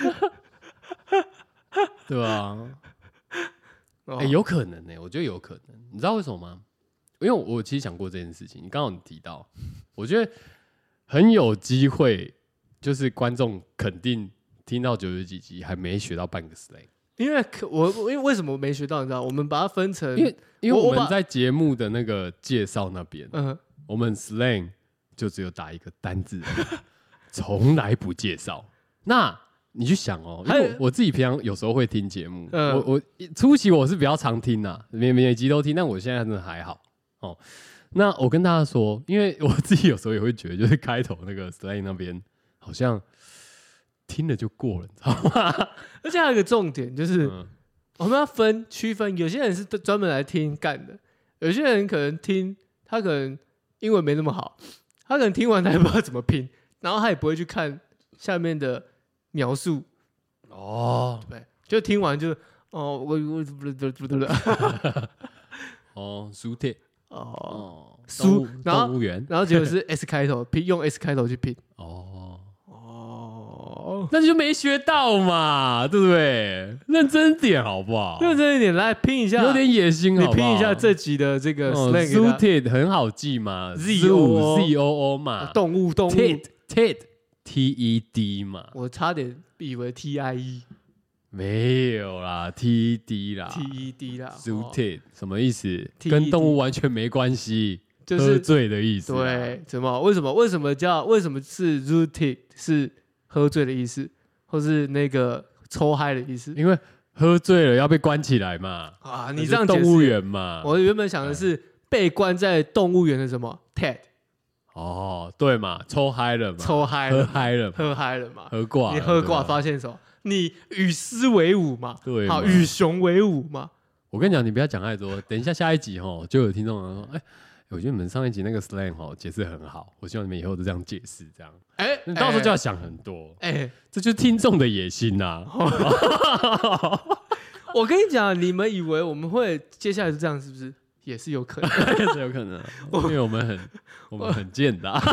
对吧？哎、欸，有可能呢、欸，我觉得有可能。你知道为什么吗？因为我其实想过这件事情。你刚好你提到，我觉得很有机会，就是观众肯定听到九十几集还没学到半个 slang。 因为我因为为什么没学到？你知道，我们把它分成， 因为因为我们在节目的那个介绍那边， 嗯， 我们 slang 就只有打一个单字。从来不介绍，那你去想哦，因为我自己平常有时候会听节目，嗯、我我初期我是比较常听呐、啊，每每集都听，但我现在真的还好哦。那我跟大家说，因为我自己有时候也会觉得，就是开头那个 slang 那边好像听了就过了，你知道吗？ 而且还有一个重点就是，嗯、我们要分区分，有些人是专门来听干的，有些人可能听他可能英文没那么好，他可能听完他也不知道怎么拼。然后他也不会去看下面的描述哦， 对，就听完就哦，我我不不不不哦，书贴哦，书，然后动物园， 然后结果是 S 开头，拼用 S 开头去拼， 哦哦，那就没学到嘛，对不对？认真点好不好？ 认真一点，来拼一下， 有点野心好不好， 你拼一下这集的这个 slang， 书贴很好记嘛 ，Z O Z O O 嘛， 动物动物。 Ted T E D 嘛， 我差点以为 T I E， 没有啦 ，T E D 啦 ，T E D 啦 ，Zooted 什么意思？跟动物完全没关系， 就是喝醉的意思。 对，怎么？为什么？为什么叫？为什么是 Zooted 是喝醉的意思，或是那个抽嗨的意思？ 因为喝醉了要被关起来嘛。 啊，你这样动物园嘛？ 我原本想的是被关在动物园的什么 Ted。 哦，对嘛，抽嗨了嘛， 抽嗨了，喝嗨了， 喝嗨了嘛， 喝挂， 你喝挂发现什么？你与狮为伍嘛， 对， 好，与熊为伍嘛。 我跟你讲，你不要讲太多，等一下下一集哈，就有听众说，哎、欸，我觉得你们上一集那个 slang 哈解释很好，我希望你们以后都这样解释，这样，哎、欸，你到时候就要想很多，哎、欸，这就是听众的野心呐、啊。 我跟你讲，你们以为我们会接下来是这样，是不是？也是有可能， 也是有可能，因为我们很我们很贱的、啊，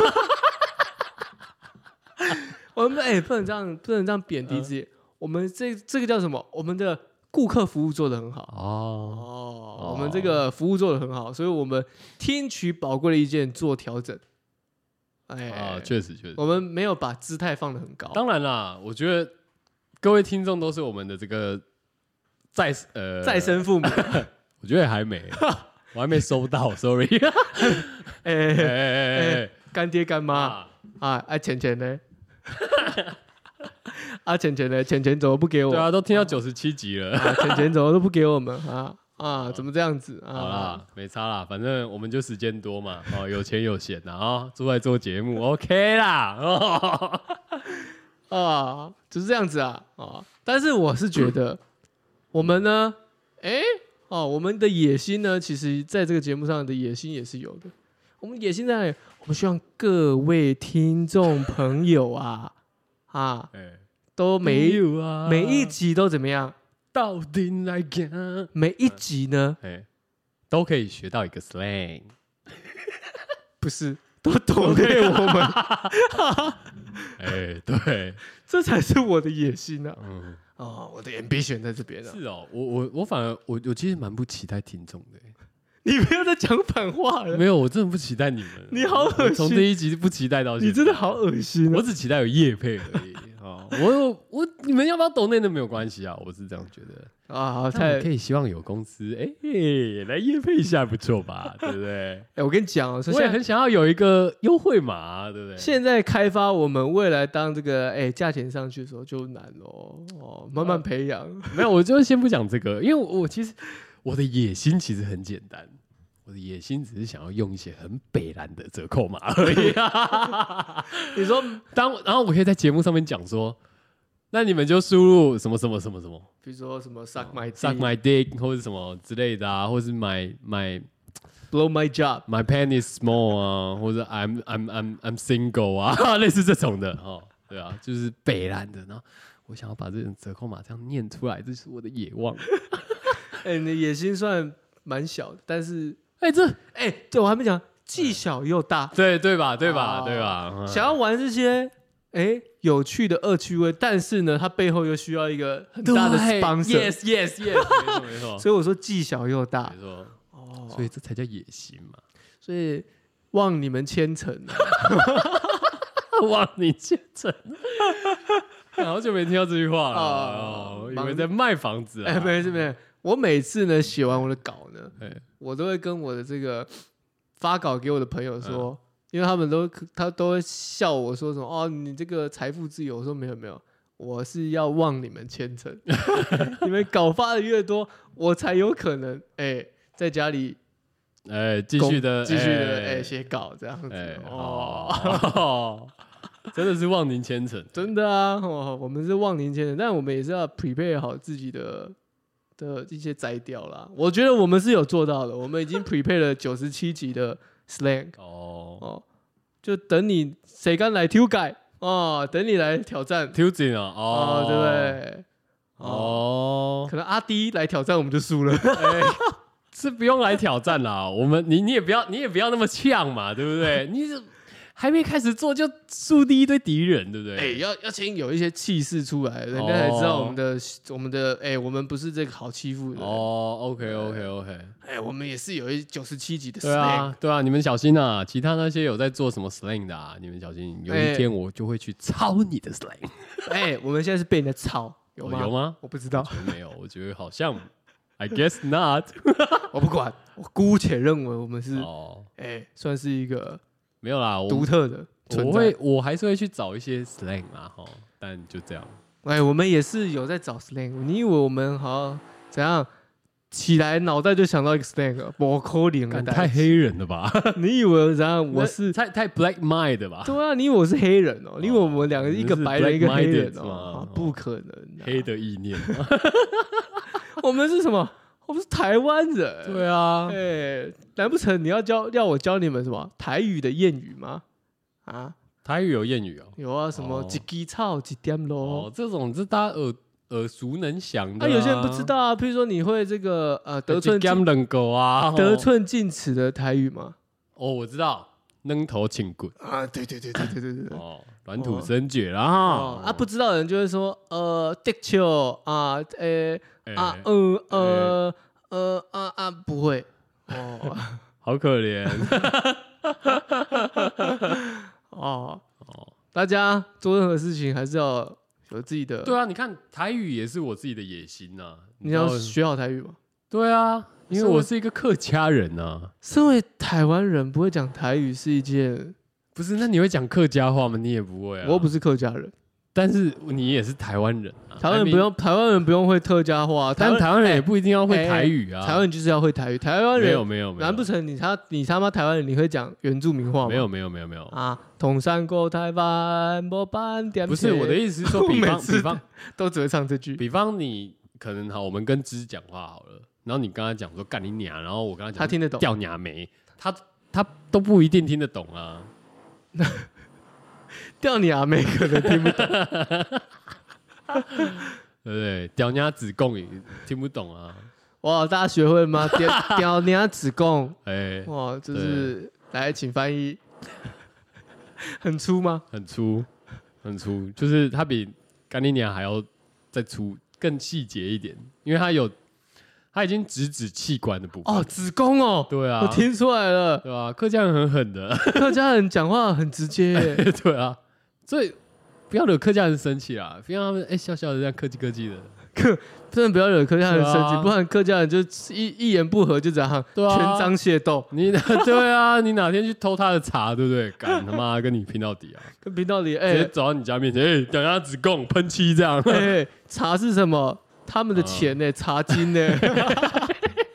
我们哎、欸、不能这样不能这样贬低自己，呃、我们这这个叫什么？我们的顾客服务做得很好哦哦，我们这个服务做得很好，所以我们听取宝贵的意见做调整。 哎， 啊，确实确实， 我们没有把姿态放得很高。 当然啦，我觉得各位听众都是我们的这个再呃再生父母， 我觉得还没，我还没收到，sorry。 哎哎哎哎， 哎干爹干妈啊， 啊，爱钱钱呢？啊，钱钱呢？钱钱怎么不给我？ 对啊，都听到九十七集了。 啊，钱钱怎么都不给我们啊啊？怎么这样子啊？ 好啦，没差啦，反正我们就时间多嘛，哦，有钱有闲的啊，出来做节目 ，OK 啦。哦啊，就是这样子啊啊！但是我是觉得，我们呢，哎、哦，我们的野心呢，其实在这个节目上的野心也是有的。我们野心在哪里？我们希望各位听众朋友啊啊， 哎， 都每一有啊， 每一集都怎么样？ 到底来讲， 每一集呢， 哎，都可以学到一个 slang。 不是都懂给我们， 哎，对， 这才是我的野心啊！ 嗯， 哦，我的 ambition 在这边啊！ 是哦，我我我反而我我其实蛮不期待听众的。 你不要再讲反话了， 没有，我真的不期待你们。 你好恶心我从第一集不期待到现在， 你真的好恶心我啊！ 只期待有业配而已。哦，我我你们要不要抖内都没有关系啊，我是这样觉得。 啊，好， 但我太可以希望有公司哎、欸来业配一下，不错吧？对不对？ 哎、我跟你讲哦，首先我也很想要有一个优惠码、啊，对不对？ 现在开发我们未来当这个哎价钱上去的时候就难喽哦，慢慢培养。 没有，我就先不讲这个，因为我我其实我的野心其实很简单，我的野心只是想要用一些很北蓝的折扣码而已。 你说， 当然后我可以在节目上面讲说，那你们就输入什么什么什么什么。 比如说什么 suck my suck dick, my dick 或者什么之类的啊，或是 my my blow my job， my penis small 啊，或者 I'm I'm I'm I'm single 啊，类似这种的哦，对啊，就是北蓝的。然后我想要把这种折扣码这样念出来，这是我的野望。 哎、你的野心算蛮小的，但是哎、这哎、对我还没讲，既小又大， 对对吧？对吧？ 哦对吧？嗯想要玩这些哎、有趣的恶趣味，但是呢，它背后又需要一个很大的对 sponsor， yes yes yes，没错没错所以我说既小又大没错， 哦， 所以这才叫野心嘛。 所以望你们虔诚啊。 望你虔诚。好久没听到这句话了， 哦哦，以为在卖房子啊。 哎、没事没事，我每次呢写完我的稿呢， 哎我都会跟我的这个发稿给我的朋友说，因为他们都他都会笑我说什么哦，你这个财富自由。我说没有没有，我是要望你们虔诚，你们稿发的越多，我才有可能哎、在家里哎，继续的， 继续的哎哎写、稿这样子、 哎哦。 哦，真的是望您虔诚。 真的啊，哦，我们是望您虔诚，但我们也是要 prepare 好自己的的一些摘掉啦。我觉得我们是有做到的，我们已经 prepare 了九十七集的 slang 哦， 哦，就等你谁敢来挑改哦，等你来挑战挑战啊， 哦， 哦， 对不对？ 哦， 可能阿迪来挑战我们就输了。 哎，是不用来挑战啦。我们你你也不要你也不要那么呛嘛，对不对？你是还没开始做就树立一堆敌人，对不对？ 哎、要要先有一些气势出来，人家才知道我们的、我们的哎、我们不是这个好欺负的人。 哦，OK OK OK， 哎、我们也是有一九十七集的 slang。 对啊对啊，你们小心啊！其他那些有在做什么 slang 的啊，你们小心，有一天我就会去抄你的 slang。 哎、我们现在是被人家抄，有吗？ 哦有吗？ 我不知道， 没有，我觉得好像 I guess not。 我不管，我姑且认为我们是哎、 哦， 算是一个没有啦，我独特的存在。 我会我还是会去找一些 slang 啊，哈，但就这样。 哎、我们也是有在找 slang。你以为我们好怎样起来脑袋就想到一个 slang，不可能的代志干太黑人了吧？ 你以为怎样？我是太太 black mind 的吧？ 对啊，你以为我是黑人哦？你以为我们两个一个白人一个黑人 black-minded 哦？ 嘛啊不可能啊， 黑的意念。 我们是什么？我们是台湾人。 对啊， 哎，难不成你要教要我教你们什么台语的谚语吗？啊， 台语有谚语哦。 有啊，什么哦一枝草一点露哦，，这种是大家耳耳熟能详的。 啊，有些人不知道啊，譬如说你会这个呃得寸进冷狗啊， 得寸进尺的台语吗？ 哦，我知道，扔头请滚。 啊，对对对对对对对对。 哦，软土生绝啦哦哈。 啊，不知道的人就会说，呃，的确啊，呃哎啊，呃呃呃啊啊，不会哦好可怜。 哦大家做任何事情还是要有自己的。 对啊，你看台语也是我自己的野心呐、啊。 你要学好台语吗？ 对啊，因为我是一个客家人啊。 身为台湾人，不会讲台语是一件。 不是，那你会讲客家话吗？你也不会啊。 我不是客家人。但是你也是台湾人、啊， 台湾人不用，台湾人不用会客家话， 但台湾人也不一定要会台语啊。 欸欸、台湾人就是要会台语，台湾人没有没有没有， 难不成你他你他妈台湾人你会讲原住民话吗？ 没有没有没有没有啊！同山过台湾，无半点。 不是我的意思是说，比方比方都只会唱这句。 比方你可能好，我们跟芝讲话好了，然后你跟他讲说干你娘，然后我跟他讲， 他听得懂， 掉娘梅，他他都不一定听得懂啊。 掉你阿妹可能听不懂， 对不对？屌娘子贡也听不懂啊！ 哇，大家学会了吗？屌屌娘子贡， 哎， 哇，就是来请翻译，很粗吗？ 很粗，很粗，就是它比干你娘还要再粗，更细节一点，因为它有。他已经直指器官的部分哦，子宫哦， 对啊， 我听出来了， 对啊，客家人很狠的， 客家人讲话很直接， 对啊，所以不要惹客家人生气啦，不要他们哎笑笑的这样客气客气的， 客真的不要惹客家人生气，啊、不然客家人就一一言不合就这样，对啊，全章械斗。 你对啊，你哪天去偷他的茶，对不对？干他妈跟你拼到底啊！ 跟拼到底，哎、 欸，直接走到你家面前，哎、欸，等下子贡喷漆这样， 哎、欸，茶是什么？他们的钱呢、欸？茶金呢、欸？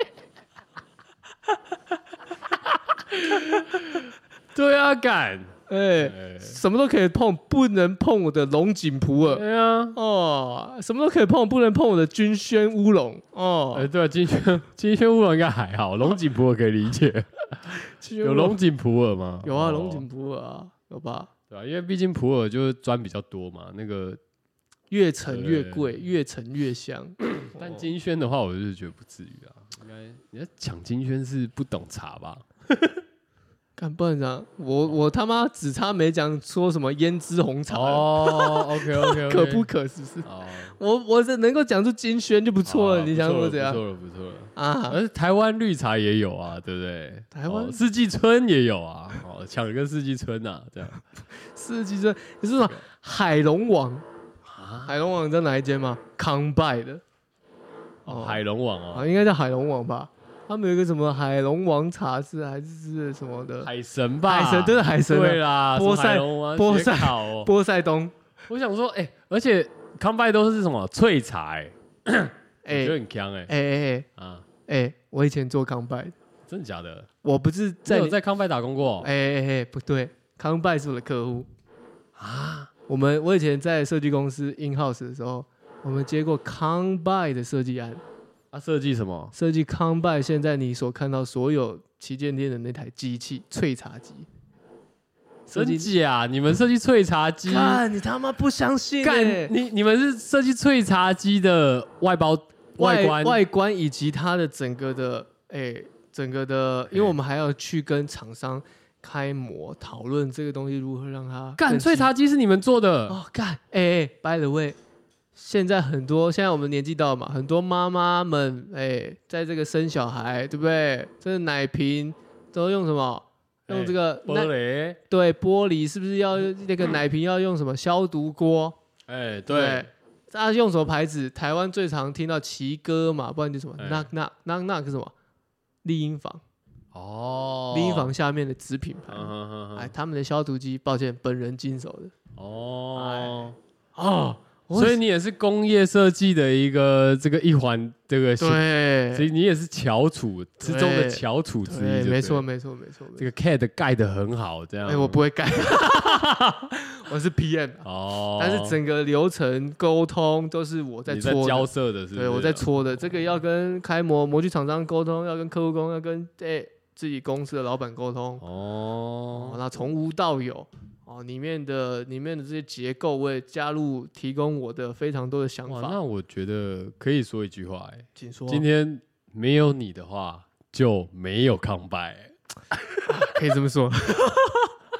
对啊，干， 哎、欸欸，什么都可以碰，不能碰我的龙井普洱。 对啊， 哦，什么都可以碰，不能碰我的君轩乌龙。哦， 哎、欸，对啊，金轩金轩乌龙应该还好，龙井普洱可以理解。有龙井普洱吗？ 有啊，龙井普洱啊，有吧？ 对啊，因为毕竟普洱就是砖比较多嘛，那个。 越陈越贵，越陈越香。 但金萱的话，我就是觉得不至于啊。应该你要抢金萱是不懂茶吧？ 干不然讲，我我他妈只差没讲说什么胭脂红茶哦。OK OK， 可不可是不是？ 哦， 我我是能够讲出金萱就不错了。哦、你想说怎样？ 不错了不错了啊！ 而台湾绿茶也有啊，对不对？ 台湾、 哦、四季春也有啊。哦，抢了个四季春啊，这样。 四季春，你是什么海龙王？海龙王在哪一间吗？康拜的， 哦，海龙王哦， 啊，应该叫海龙王吧？他们有一个什么海龙王茶室还是什么的？ 海神吧？ 海神都是海神， 对啦， 波塞波塞哦， 波塞冬。 我想说，哎、欸，而且康拜都是什么萃茶、欸？哎， 哎， 我觉得很强哎、 欸，哎哎哎啊，哎、欸，我以前做康拜， 真的假的？ 我不是在有在康拜打工过？ 哎哎哎，不对，康拜是我的客户啊。我们我以前在设计公司 in house 的时候，我们接过康拜的设计案。 啊，设计什么？ 设计康拜现在你所看到所有旗舰店的那台机器萃茶机。 真假？你们设计萃茶机？ 看你他妈不相信、欸！ 你你们是设计萃茶机的外包外观外观以及它的整个的哎、欸、整个的，因为我们还要去跟厂商。开模讨论这个东西如何让它干萃茶机是你们做的哦干哎哎 by the way， 现在很多现在我们年纪到了嘛，很多妈妈们哎、欸，在这个生小孩对不对？这个奶瓶都用什么？用这个、 欸、玻璃对玻璃是不是要那个奶瓶要用什么消毒锅？ 哎、欸、对， 大家用什么牌子？台湾最常听到奇哥嘛，不然就什么 knock knock knock knock 是什么？丽婴房。哦，丽婴房下面的子品牌，嗯、哼哼哼哎，他们的消毒机，抱歉，本人经手的。哦， 哎、哦，所以你也是工业设计的一个这个一环，这个对， 所以你也是翘楚之中的翘楚之一， 没错，没错，没错。 这个 C A D 盖得很好，这样。 哎，我不会盖，我是 P M 哦，但是整个流程沟通都是我在搓的， 你在交涉的是不是？ 对，我在搓的。这个要跟开模模具厂商沟通，要跟客户沟通，要跟哎。自己公司的老板沟通哦，哦，那从无到有哦，里面的里面的这些结构，我也加入提供我的非常多的想法。 那我觉得可以说一句话、欸，哎， 请说。 今天没有你的话，就没有康拜、欸啊，可以这么说。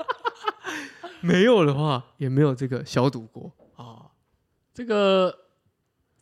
没有的话，也没有这个消毒锅啊。 这个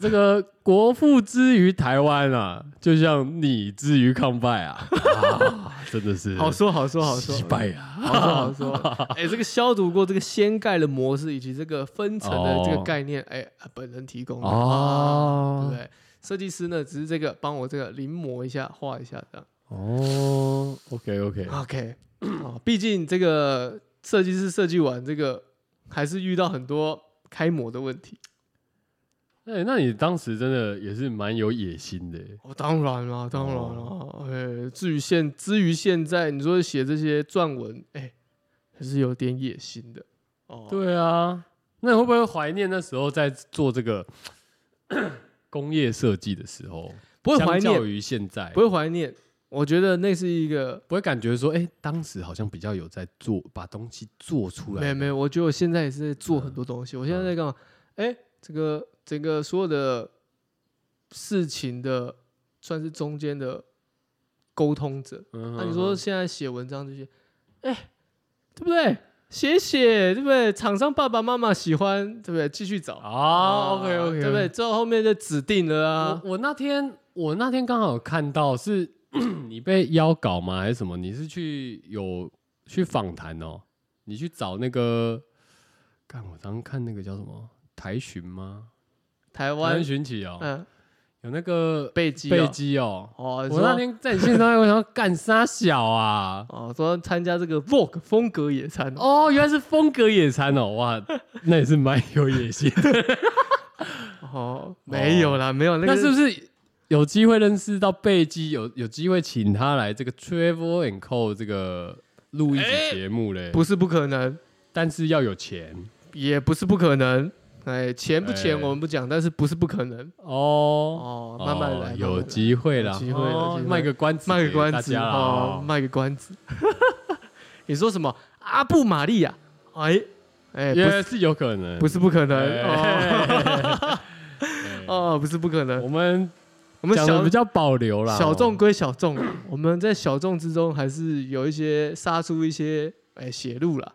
这个国父之于台湾啊，就像你之于抗败啊，啊真的是好说好说好说， 击败啊， 好说好说。哎、欸，这个消毒过这个掀盖的模式以及这个分层的这个概念，哎、哦欸，本人提供的哦、啊，对不对？设计师呢，只是这个帮我这个临摹一下，画一下这样。 哦 ，OK OK OK， 啊，毕竟这个设计师设计完这个，还是遇到很多开模的问题。 哎、欸，那你当时真的也是蛮有野心的。 哦，当然啦，当然啦。哎、欸，至于现至于现在，你说写这些撰文，哎、欸，还是有点野心的。哦， 对啊，那你会不会怀念那时候在做这个工业设计的时候？ 不会怀念， 相较于现在， 不会怀念。我觉得那是一个不会感觉说，哎、欸，当时好像比较有在做，把东西做出来。 没有没有，我觉得我现在也是在做很多东西。嗯、我现在在干嘛？哎、欸，这个整个所有的事情的，算是中间的沟通者。那、嗯啊、你说现在写文章这些，哎、欸，对不对？写写，对不对？厂商爸爸妈妈喜欢，对不对？继续找啊 ，OK OK， 对不对？之后后面就指定了啊。 我, 我那天我那天刚好有看到是。你被邀稿吗？还是什么？你是去有去访谈哦？你去找那个？看我常看那个叫什么台巡吗？ 台湾巡起哦， 嗯， 有那个贝基贝基哦。 哦， 我那天在你线上，我想要干啥小啊？ 哦，说参加这个 Vogue 风格野餐哦，原来是风格野餐哦，哇，那也是蛮有野心的。 哦，没有啦，没有那个， 那是不是？有机会認識到貝基，有有機會請他來這個 Travel and Co 這個錄一集節目嘞、欸？ 不是不可能， 但是要有錢， 也不是不可能。哎，錢不錢我們不講，但是不是不可能哦哦，慢慢來， 哦有機會啦， 有機會哦，賣個關子， 賣個關子哦，賣個關子。你說什麼？阿布瑪利亞？哎哎， 也是有可能， 不是不可能哦，哦，不是不可能， 我們。 我們小比較保留啦， 小眾歸小眾，我們在小眾之中還是有一些殺出一些哎血路啦。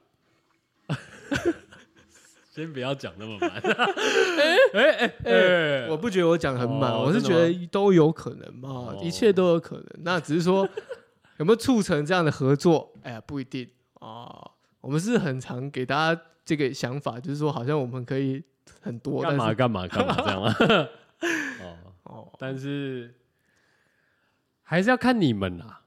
先不要講那麼滿，哎哎哎， 我不覺得我講很滿，哦、我是覺得都有可能嘛，哦、一切都有可能。那只是說有沒有促成這樣的合作？哎呀，不一定啊、哦。我們是很常給大家這個想法，就是說好像我們可以很多， 幹嘛幹嘛幹嘛這樣啊。哦，但是還是要看你們啦。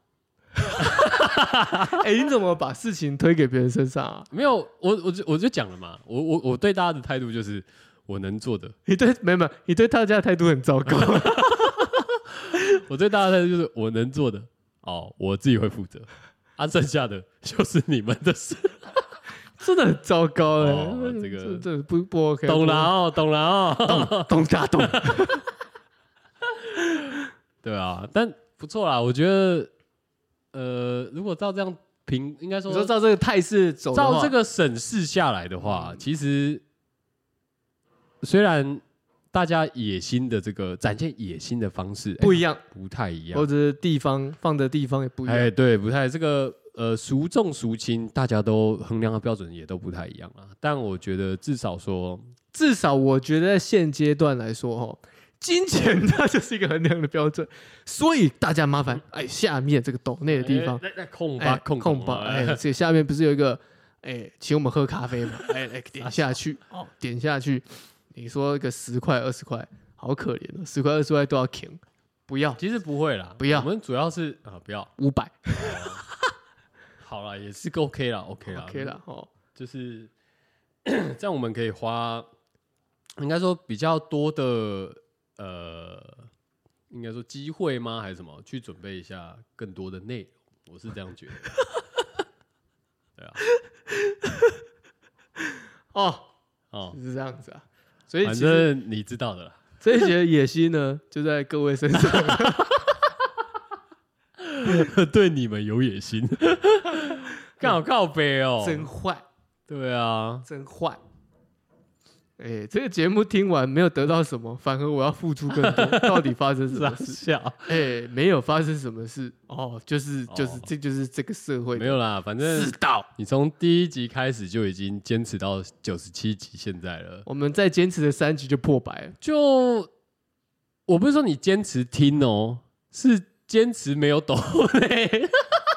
哎、欸，你怎麼把事情推給別人身上啊？ 沒有，我我就我就講了嘛，我我我對大家的態度就是我能做的。 你對沒有，你對大家的態度很糟糕。 我對大家的態度就是我能做的，哦，我自己會負責，啊，剩下的就是你們的事。 真的很糟糕哎、欸哦，這個這這不不 OK。 懂了哦，懂了哦， 懂大懂。 對啊，但不錯啦，我覺得，呃，如果照這樣評，應該說， 你說照這個態勢走， 照這個審視下來的話，其實雖然大家野心的這個展現野心的方式不一樣， 不太一樣， 或者地方放的地方也不一樣， 哎，對，不太這個呃孰重孰輕，大家都衡量的標準也都不太一樣啦。但我覺得至少說， 至少我覺得在現階段來說，哈。金錢它就是一個衡量的標準，所以大家麻煩，哎，下面這個抖內的地方， 哎，空吧，空空吧，哎，這下面不是有一個，哎，請我們喝咖啡嘛，哎，哎，點下去，哦，點下去，你說一個十塊二十塊，好可憐哦，十塊二十塊都要停，不要， 其實不會啦， 不要， 我們主要是啊，不要五百， 好啦，也是 OK 啦 ，OK 啦 ，OK 啦，哦， 就是這樣，我們可以花，應該說比較多的。呃，應該說機會嗎？還是什麼？去準備一下更多的內容，我是這樣覺得。對啊， 哦哦， 是這樣子啊，所以反正你知道的啦。 這一節野心呢，就在各位身上。 對你們有野心，剛好靠北哦， 真壞。 對啊， 真壞。哎、欸，這個節目聽完沒有得到什麼，反而我要付出更多。到底發生什麼事？哎、欸，沒有發生什麼事哦，就是就是、哦、這就是這個社會。 沒有啦，反正知道你從第一集開始就已經堅持到九十七集現在了。 我們再堅持的三集就破百了。 就我不是说你坚持听哦，是坚持没有抖内。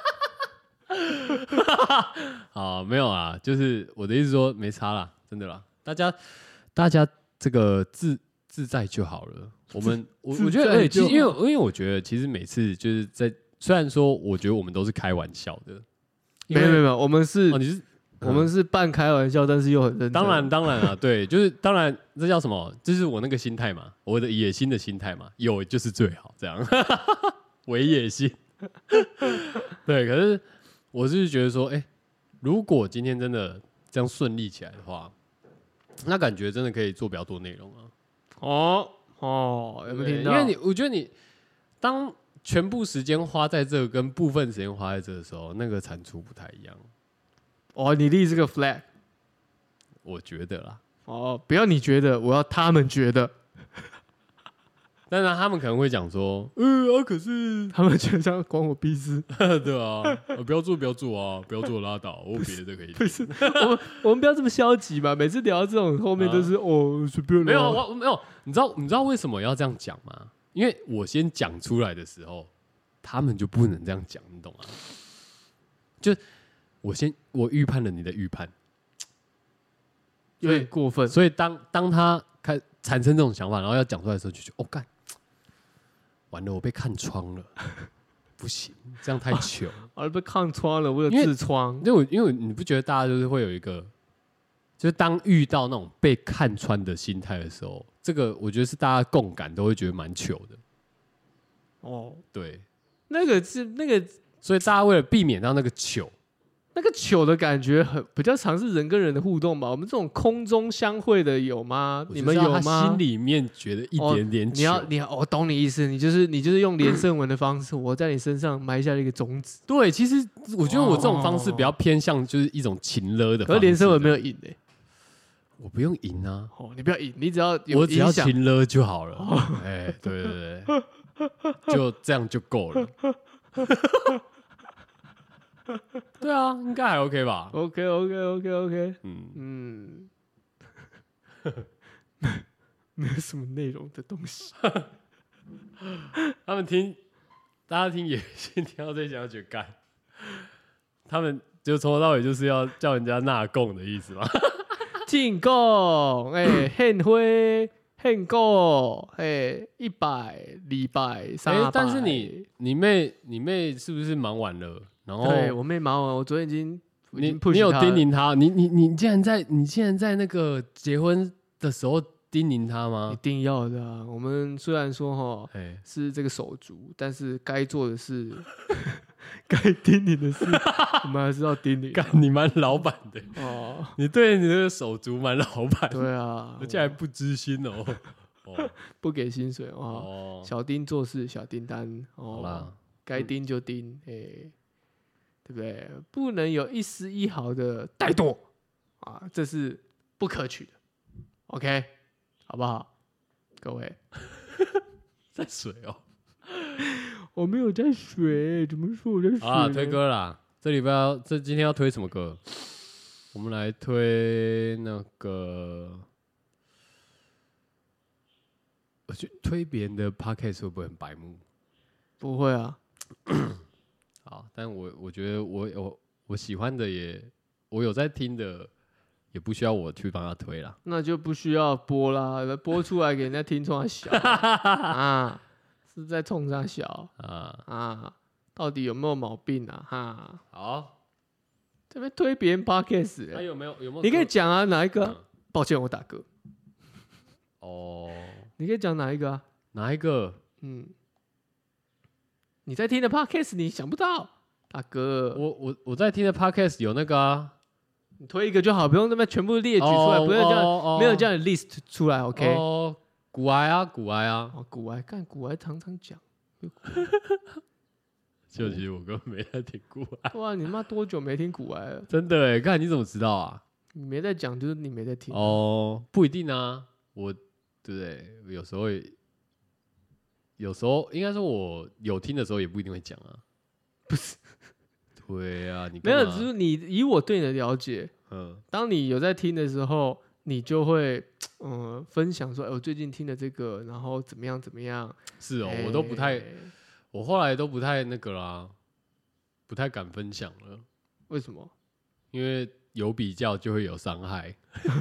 好，没有啊，就是我的意思说没差啦，真的啦，大家大家这个自自在就好了。我们我我觉得，欸、其实因为因为我觉得，其实每次就是在虽然说，我觉得我们都是开玩笑的， 没有没有没有，我们是， 哦、你是、嗯、 我们是半开玩笑，但是又很认真。 当然当然啊，对，就是当然，这叫什么？这是我那个心态嘛，我的野心的心态嘛，有就是最好，这样，伪野心。对，可是我是觉得说，哎、欸，如果今天真的这样顺利起来的话，那感觉真的可以做比较多内容啊。 哦哦，有没有听到？ 因为你，我觉得你当全部时间花在这个，跟部分时间花在这的时候，那个产出不太一样。 哦，你立这个 flag， 我觉得啦。 哦，不要你觉得，我要他们觉得。 当然，他们可能会讲说，呃啊，可是他们觉得这样关我屁事， 对啊，不要做，不要做啊，不要做拉倒，我别的可以。 不是，我们我们不要这么消极嘛。每次聊到这种后面都是、啊、哦，随便。 没有，我没有，你知道你知道为什么要这样讲吗？因为我先讲出来的时候，他们就不能这样讲，你懂吗？就我先我预判了你的预判， 有点过分。 所以当当他开产生这种想法，然后要讲出来的时候，就觉得哦干。完了，我被看穿了，不行，这样太糗。 啊，被看穿了，我有痔疮。 因为因为你不觉得大家就是会有一个，就是当遇到那种被看穿的心态的时候，这个我觉得是大家共感都会觉得蛮糗的。 哦， 对， 那个是那个， 所以大家为了避免到那个糗。 那个糗的感觉很比较常是人跟人的互动吧？我们这种空中相会的有吗？你们有吗？ 他心里面觉得一点点糗。 哦、你要你要，我、哦、懂你意思，你就是你就是用连胜文的方式，我在你身上埋下了一个种子。 对，其实我觉得我这种方式比较偏向就是一种情勒的方式。 可是连胜文没有赢诶、欸， 我不用赢啊。 哦，你不要赢，你只要有我只要情勒就好了。哎、哦欸，对对对，就这样就够了。对啊，应该还 OK 吧 ？OK OK OK OK， 嗯嗯，没有什么内容的东西。 他们听，大家听野心听到这想要觉得干，他们就从头到尾就是要叫人家纳贡的意思吗？ 进贡，哎，献花。献购，哎，一百、二百、三百。 但是你你妹你妹是不是忙完了？然后对我妹忙完，我昨天已经你你有叮咛她？你你你竟然在你竟然在那个结婚的时候叮咛她吗？ 一定要的啊！我们虽然说哈是这个手足，但是该做的事、该叮咛的事，我们还是要叮咛。 干，你蛮老板的哦，你对你的手足蛮老板。 对啊， 而且还不知心哦， 哦不给薪水哦。小叮做事，小叮当哦，该叮就叮，哎、欸，对不对？不能有一丝一毫的怠惰啊，这是不可取的。OK， 好不好？各位， 在水哦。 我没有在水，怎么说我在水？ 啊，推歌啦！这礼拜要这今天要推什么歌？我们来推那个，我去推别人的 podcast 会不会很白目？ 不会啊。 好，但我我觉得我我我喜欢的也，我有在听的，也不需要我去帮他推啦。 那就不需要播啦，播出来给人家听，冲他小啊。是在冲他小啊啊！到底有没有毛病啊？哈， 好， 这边推别人 podcast， 还、欸啊、有没有有没有？ 你可以讲啊，哪一个、啊嗯？抱歉，我打嗝。 哦， 你可以讲哪一个啊？ 哪一个？ 嗯，你在听的 podcast 你想不到，大哥。 我我我在听的 podcast 有那个啊， 你推一个就好，不用那么全部列举出来，哦、不用这样，哦、没有这样的 list 出来 ，OK？ 哦古癌啊，古癌啊， 哦，古癌，干古癌常常讲， 就其实我根本没在听古癌。 哇，你妈多久没听古癌了？ 真的哎，看你怎么知道啊？ 你没在讲，就是你没在听。 哦，不一定啊，我对不对？有时候也，有时候应该说我有听的时候也不一定会讲啊。 不是， 对啊，你没有，只是你以我对你的了解，嗯，当你有在听的时候，你就会。 嗯分享说，哎，我最近听的这个，然后怎么样怎么样。 是哦， 哎我都不太，我后来都不太那个啦，不太敢分享了。 为什么？ 因为有比较就会有伤害。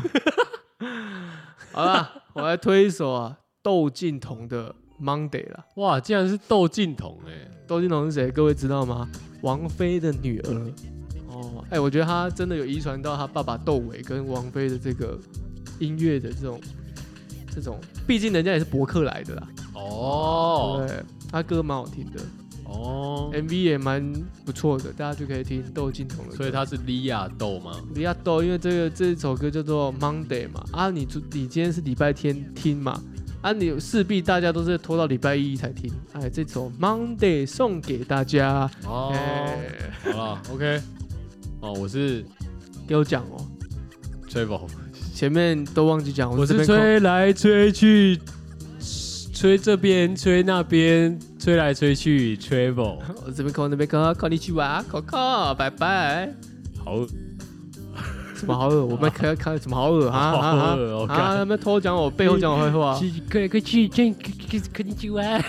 好啦，我来推一首啊，窦靖童的 Monday 啦。 哇，竟然是窦靖童哎！ 窦靖童是谁？各位知道吗？王菲的女儿。哦，哎、欸，我觉得她真的有遗传到她爸爸窦唯跟王菲的这个音乐的这种这种，毕竟人家也是伯克来的啦。 哦， 对，她歌蛮好听的。 哦 ，M V 也蛮不错的，大家就可以听窦靖童的歌。 所以他是李亚窦吗？ 李亚窦，因为这个这首歌叫做 Monday 嘛，啊你，你你今天是礼拜天听嘛，啊你势必大家都是拖到礼拜一才听，哎，这首 Monday 送给大家。 哦， 欸、 好了 ，OK， 哦，我是给我讲哦 Travel， 前面都忘记讲， 我是吹来吹去。吹这边，吹那边，吹来吹去 ，travel。 我这边扣，那边扣，扣你去玩，扣扣，拜拜。 好恶， 什么好恶？我们看看什么好恶啊？ 好恶！ 啊，他们偷讲我背后讲我坏话。 快快去，去跟你去玩。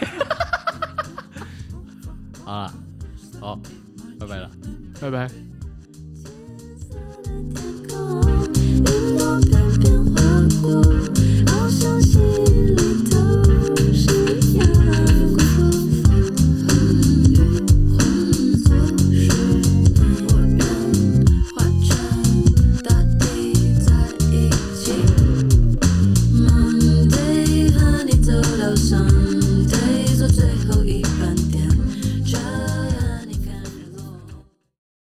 好了，好，拜拜了， 拜拜。